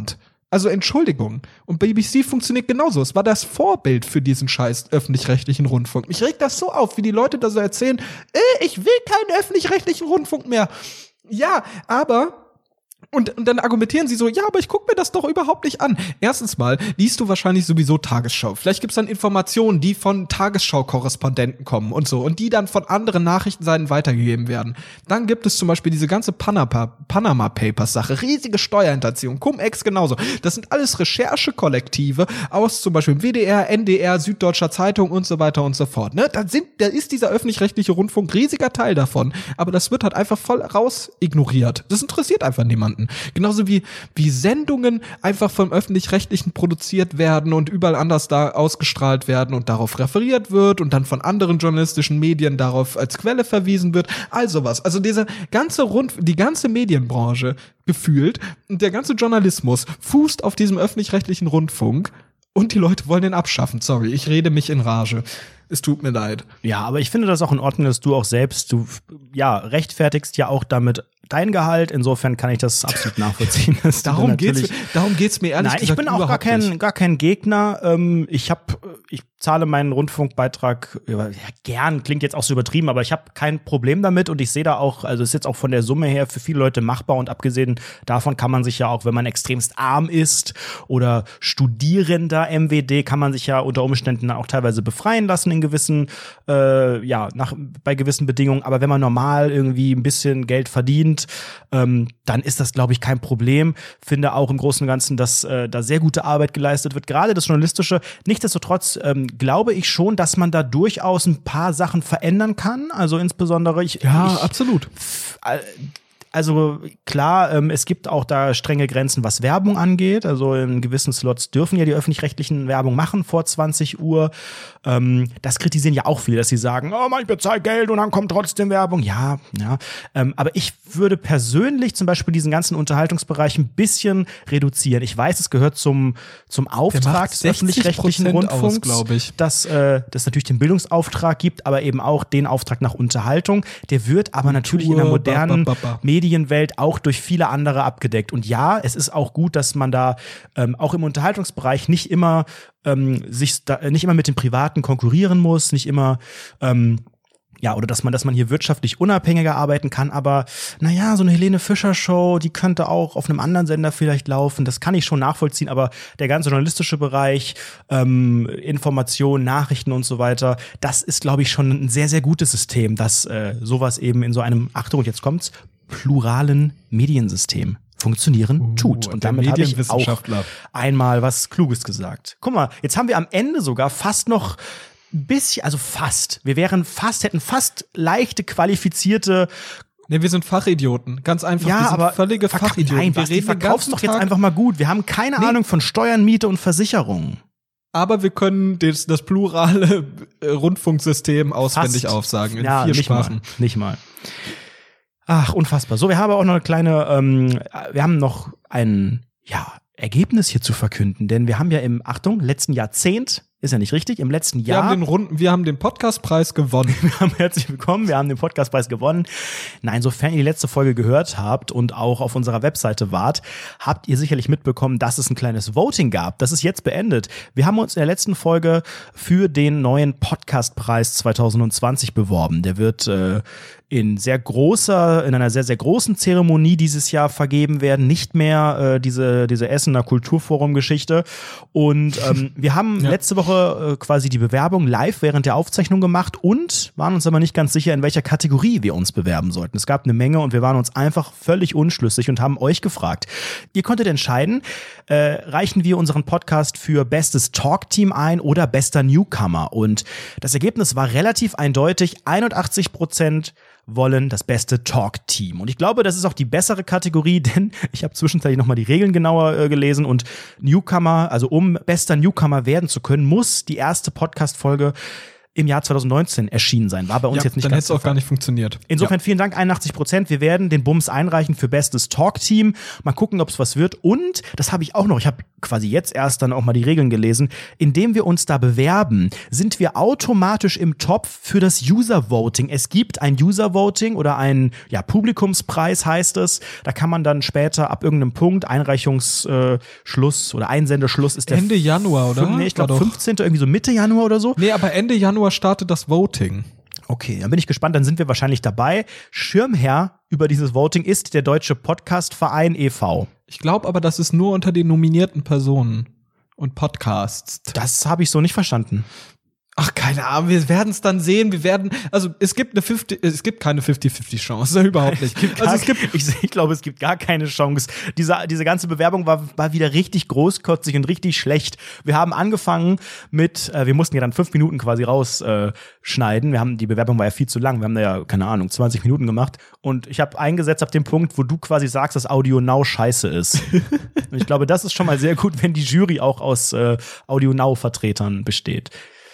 Also Entschuldigung. Und BBC funktioniert genauso. Es war das Vorbild für diesen scheiß öffentlich-rechtlichen Rundfunk. Mich regt das so auf, wie die Leute da so erzählen, ich will keinen öffentlich-rechtlichen Rundfunk mehr. Ja, aber... Und dann argumentieren sie so, ja, aber ich gucke mir das doch überhaupt nicht an. Erstens mal liest du wahrscheinlich sowieso Tagesschau. Vielleicht gibt's dann Informationen, die von Tagesschau-Korrespondenten kommen und so und die dann von anderen Nachrichtenseiten weitergegeben werden. Dann gibt es zum Beispiel diese ganze Panama Papers-Sache, riesige Steuerhinterziehung, Cum-Ex genauso. Das sind alles Recherchekollektive aus zum Beispiel WDR, NDR, Süddeutscher Zeitung und so weiter und so fort. Ne? Da ist dieser öffentlich-rechtliche Rundfunk riesiger Teil davon, aber das wird halt einfach voll raus ignoriert. Das interessiert einfach niemanden. Genauso wie Sendungen einfach vom Öffentlich-Rechtlichen produziert werden und überall anders da ausgestrahlt werden und darauf referiert wird und dann von anderen journalistischen Medien darauf als Quelle verwiesen wird. Also was. Also die ganze Medienbranche gefühlt und der ganze Journalismus fußt auf diesem öffentlich-rechtlichen Rundfunk und die Leute wollen den abschaffen. Sorry, ich rede mich in Rage. Es tut mir leid. Ja, aber ich finde das auch in Ordnung, dass du auch selbst, rechtfertigst ja auch damit dein Gehalt. Insofern kann ich das absolut nachvollziehen. Darum geht's mir ehrlich gesagt. Ich bin auch gar kein Gegner. Ich zahle meinen Rundfunkbeitrag gern, klingt jetzt auch so übertrieben, aber ich habe kein Problem damit und ich sehe da auch, also ist jetzt auch von der Summe her für viele Leute machbar und abgesehen davon kann man sich ja auch, wenn man extremst arm ist oder studierender MWD, kann man sich ja unter Umständen auch teilweise befreien lassen in gewissen, bei gewissen Bedingungen. Aber wenn man normal irgendwie ein bisschen Geld verdient, dann ist das, glaube ich, kein Problem. Finde auch im Großen und Ganzen, dass da sehr gute Arbeit geleistet wird. Gerade das Journalistische. Nichtsdestotrotz glaube ich schon, dass man da durchaus ein paar Sachen verändern kann. Also insbesondere absolut. Also klar, es gibt auch da strenge Grenzen, was Werbung angeht. Also in gewissen Slots dürfen ja die Öffentlich-Rechtlichen Werbung machen vor 20 Uhr. Das kritisieren ja auch viele, dass sie sagen, ich bezahle Geld und dann kommt trotzdem Werbung. Ja. Aber ich würde persönlich zum Beispiel diesen ganzen Unterhaltungsbereich ein bisschen reduzieren. Ich weiß, es gehört zum Auftrag des Öffentlich-Rechtlichen Rundfunks, glaube ich, dass es natürlich den Bildungsauftrag gibt, aber eben auch den Auftrag nach Unterhaltung. Der wird aber natürlich in der modernen Medienwelt auch durch viele andere abgedeckt. Und ja, es ist auch gut, dass man da auch im Unterhaltungsbereich nicht immer nicht immer mit den Privaten konkurrieren muss, nicht immer oder dass man hier wirtschaftlich unabhängiger arbeiten kann, aber so eine Helene Fischer Show, die könnte auch auf einem anderen Sender vielleicht laufen, das kann ich schon nachvollziehen, aber der ganze journalistische Bereich, Informationen, Nachrichten und so weiter, das ist, glaube ich, schon ein sehr, sehr gutes System, dass sowas eben in so einem, Achtung, und jetzt kommt's, pluralen Mediensystem funktionieren tut. Und damit habe ich auch einmal was Kluges gesagt. Guck mal, jetzt haben wir am Ende sogar fast noch ein bisschen, also fast. Hätten fast leichte, qualifizierte. Ne, wir sind Fachidioten. Ganz einfach. Ja, wir sind aber völlige Fachidioten. Wir verkaufst doch jetzt einfach mal gut. Wir haben keine Ahnung von Steuern, Miete und Versicherungen. Aber wir können das plurale Rundfunksystem auswendig aufsagen. In 4 Sprachen. Nicht mal. Ach, unfassbar. So, wir haben auch noch eine kleine, wir haben noch ein, Ergebnis hier zu verkünden, denn wir haben ja im, letzten Jahrzehnt, ist ja nicht richtig, im letzten Jahr. Wir haben den Podcastpreis gewonnen. Herzlich willkommen, wir haben den Podcastpreis gewonnen. Nein, sofern ihr die letzte Folge gehört habt und auch auf unserer Webseite wart, habt ihr sicherlich mitbekommen, dass es ein kleines Voting gab. Das ist jetzt beendet. Wir haben uns in der letzten Folge für den neuen Podcastpreis 2020 beworben. Der wird in einer sehr, sehr großen Zeremonie dieses Jahr vergeben werden. Nicht mehr diese Essener Kulturforum-Geschichte. Und wir haben letzte Woche quasi die Bewerbung live während der Aufzeichnung gemacht und waren uns aber nicht ganz sicher, in welcher Kategorie wir uns bewerben sollten. Es gab eine Menge und wir waren uns einfach völlig unschlüssig und haben euch gefragt. Ihr konntet entscheiden, reichen wir unseren Podcast für bestes Talk-Team ein oder bester Newcomer. Und das Ergebnis war relativ eindeutig. 81% wollen das beste Talk-Team. Und ich glaube, das ist auch die bessere Kategorie, denn ich habe zwischenzeitlich nochmal die Regeln genauer gelesen und Newcomer, also um bester Newcomer werden zu können, muss die erste Podcast-Folge im Jahr 2019 erschienen sein. War bei uns jetzt nicht dann ganz hätte es auch gar nicht funktioniert. Insofern vielen Dank, 81%. Wir werden den Bums einreichen für bestes Talk-Team. Mal gucken, ob es was wird. Und, das habe ich auch noch, ich habe quasi jetzt erst dann auch mal die Regeln gelesen, indem wir uns da bewerben, sind wir automatisch im Topf für das User-Voting. Es gibt ein User-Voting oder ein Publikumspreis heißt es. Da kann man dann später ab irgendeinem Punkt, Einreichungsschluss oder Einsendeschluss ist der Ende Januar, oder? Nee, ich glaube 15. irgendwie so Mitte Januar oder so. Nee, aber Ende Januar startet das Voting. Okay, dann bin ich gespannt, dann sind wir wahrscheinlich dabei. Schirmherr über dieses Voting ist der Deutsche Podcastverein e.V. Ich glaube aber, das ist nur unter den nominierten Personen und Podcasts. Das habe ich so nicht verstanden. Ach, keine Ahnung, wir werden es dann sehen. Es gibt keine 50-50 Chance, überhaupt nicht. Ich glaube, es gibt gar keine Chance. Diese ganze Bewerbung war wieder richtig großkotzig und richtig schlecht. Wir haben angefangen mit, wir mussten ja dann 5 Minuten quasi rausschneiden. Die Bewerbung war ja viel zu lang. Wir haben da ja, keine Ahnung, 20 Minuten gemacht. Und ich habe eingesetzt ab dem Punkt, wo du quasi sagst, dass Audio Now scheiße ist. Und ich glaube, das ist schon mal sehr gut, wenn die Jury auch aus Audio Now-Vertretern besteht.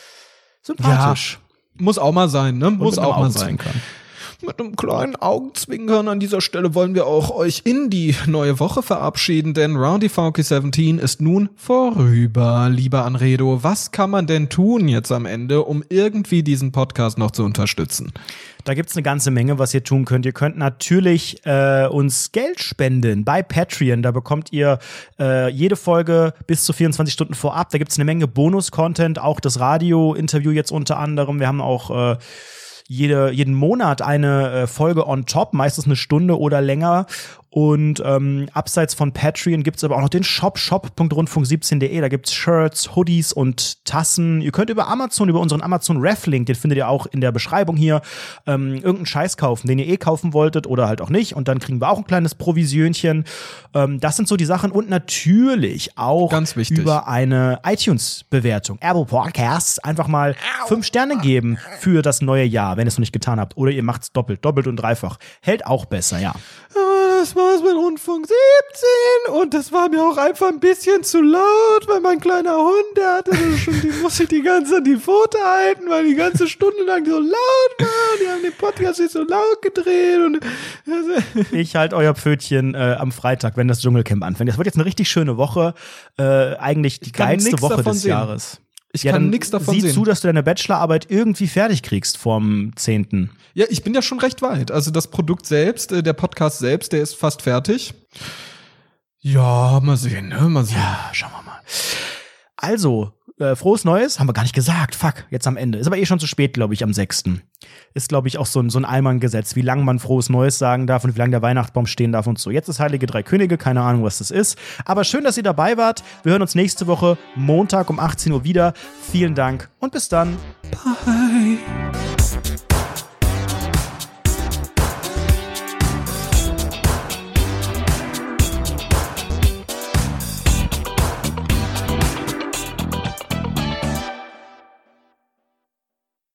Sympathisch. Ja, muss auch mal sein, ne? Muss auch mal sein. Kann. Mit einem kleinen Augenzwinkern an dieser Stelle wollen wir auch euch in die neue Woche verabschieden, denn Roundy Funky 17 ist nun vorüber. Lieber Anredo, was kann man denn tun jetzt am Ende, um irgendwie diesen Podcast noch zu unterstützen? Da gibt's eine ganze Menge, was ihr tun könnt. Ihr könnt natürlich uns Geld spenden bei Patreon. Da bekommt ihr jede Folge bis zu 24 Stunden vorab. Da gibt's eine Menge Bonus-Content, auch das Radio-Interview jetzt unter anderem. Wir haben auch jeden Monat eine Folge on top, meistens eine Stunde oder länger. Und abseits von Patreon gibt's aber auch noch den shop.rundfunk17.de. Da gibt's Shirts, Hoodies und Tassen. Ihr könnt über unseren Amazon-Ref-Link, den findet ihr auch in der Beschreibung hier, irgendeinen Scheiß kaufen, den ihr kaufen wolltet oder halt auch nicht. Und dann kriegen wir auch ein kleines Provisionchen. Das sind so die Sachen. Und natürlich auch ganz wichtig, über eine iTunes-Bewertung. Apple Podcasts einfach mal 5 Sterne geben für das neue Jahr, wenn ihr es noch nicht getan habt. Oder ihr macht's doppelt und dreifach. Hält auch besser, ja. Das war's mit Rundfunk 17 und das war mir auch einfach ein bisschen zu laut, weil mein kleiner Hund, der hatte musste ich die ganze Zeit die Pfote halten, weil die ganze Stunde lang so laut war. Die haben den Podcast nicht so laut gedreht und ich halt euer Pfötchen am Freitag, wenn das Dschungelcamp anfängt. Das wird jetzt eine richtig schöne Woche, eigentlich die geilste Woche des Jahres. Ich kann nichts davon sehen. Sieh zu, dass du deine Bachelorarbeit irgendwie fertig kriegst vorm 10. Ja, ich bin ja schon recht weit. Also das Produkt selbst, der Podcast selbst, der ist fast fertig. Ja, mal sehen, ne? Mal sehen. Ja, schauen wir mal. Also, frohes Neues, haben wir gar nicht gesagt. Fuck, jetzt am Ende. Ist aber schon zu spät, glaube ich, am 6. Ist, glaube ich, auch so ein Allmann-Gesetz, wie lange man frohes Neues sagen darf und wie lange der Weihnachtsbaum stehen darf und so. Jetzt ist Heilige Drei Könige, keine Ahnung, was das ist. Aber schön, dass ihr dabei wart. Wir hören uns nächste Woche Montag um 18 Uhr wieder. Vielen Dank und bis dann. Bye.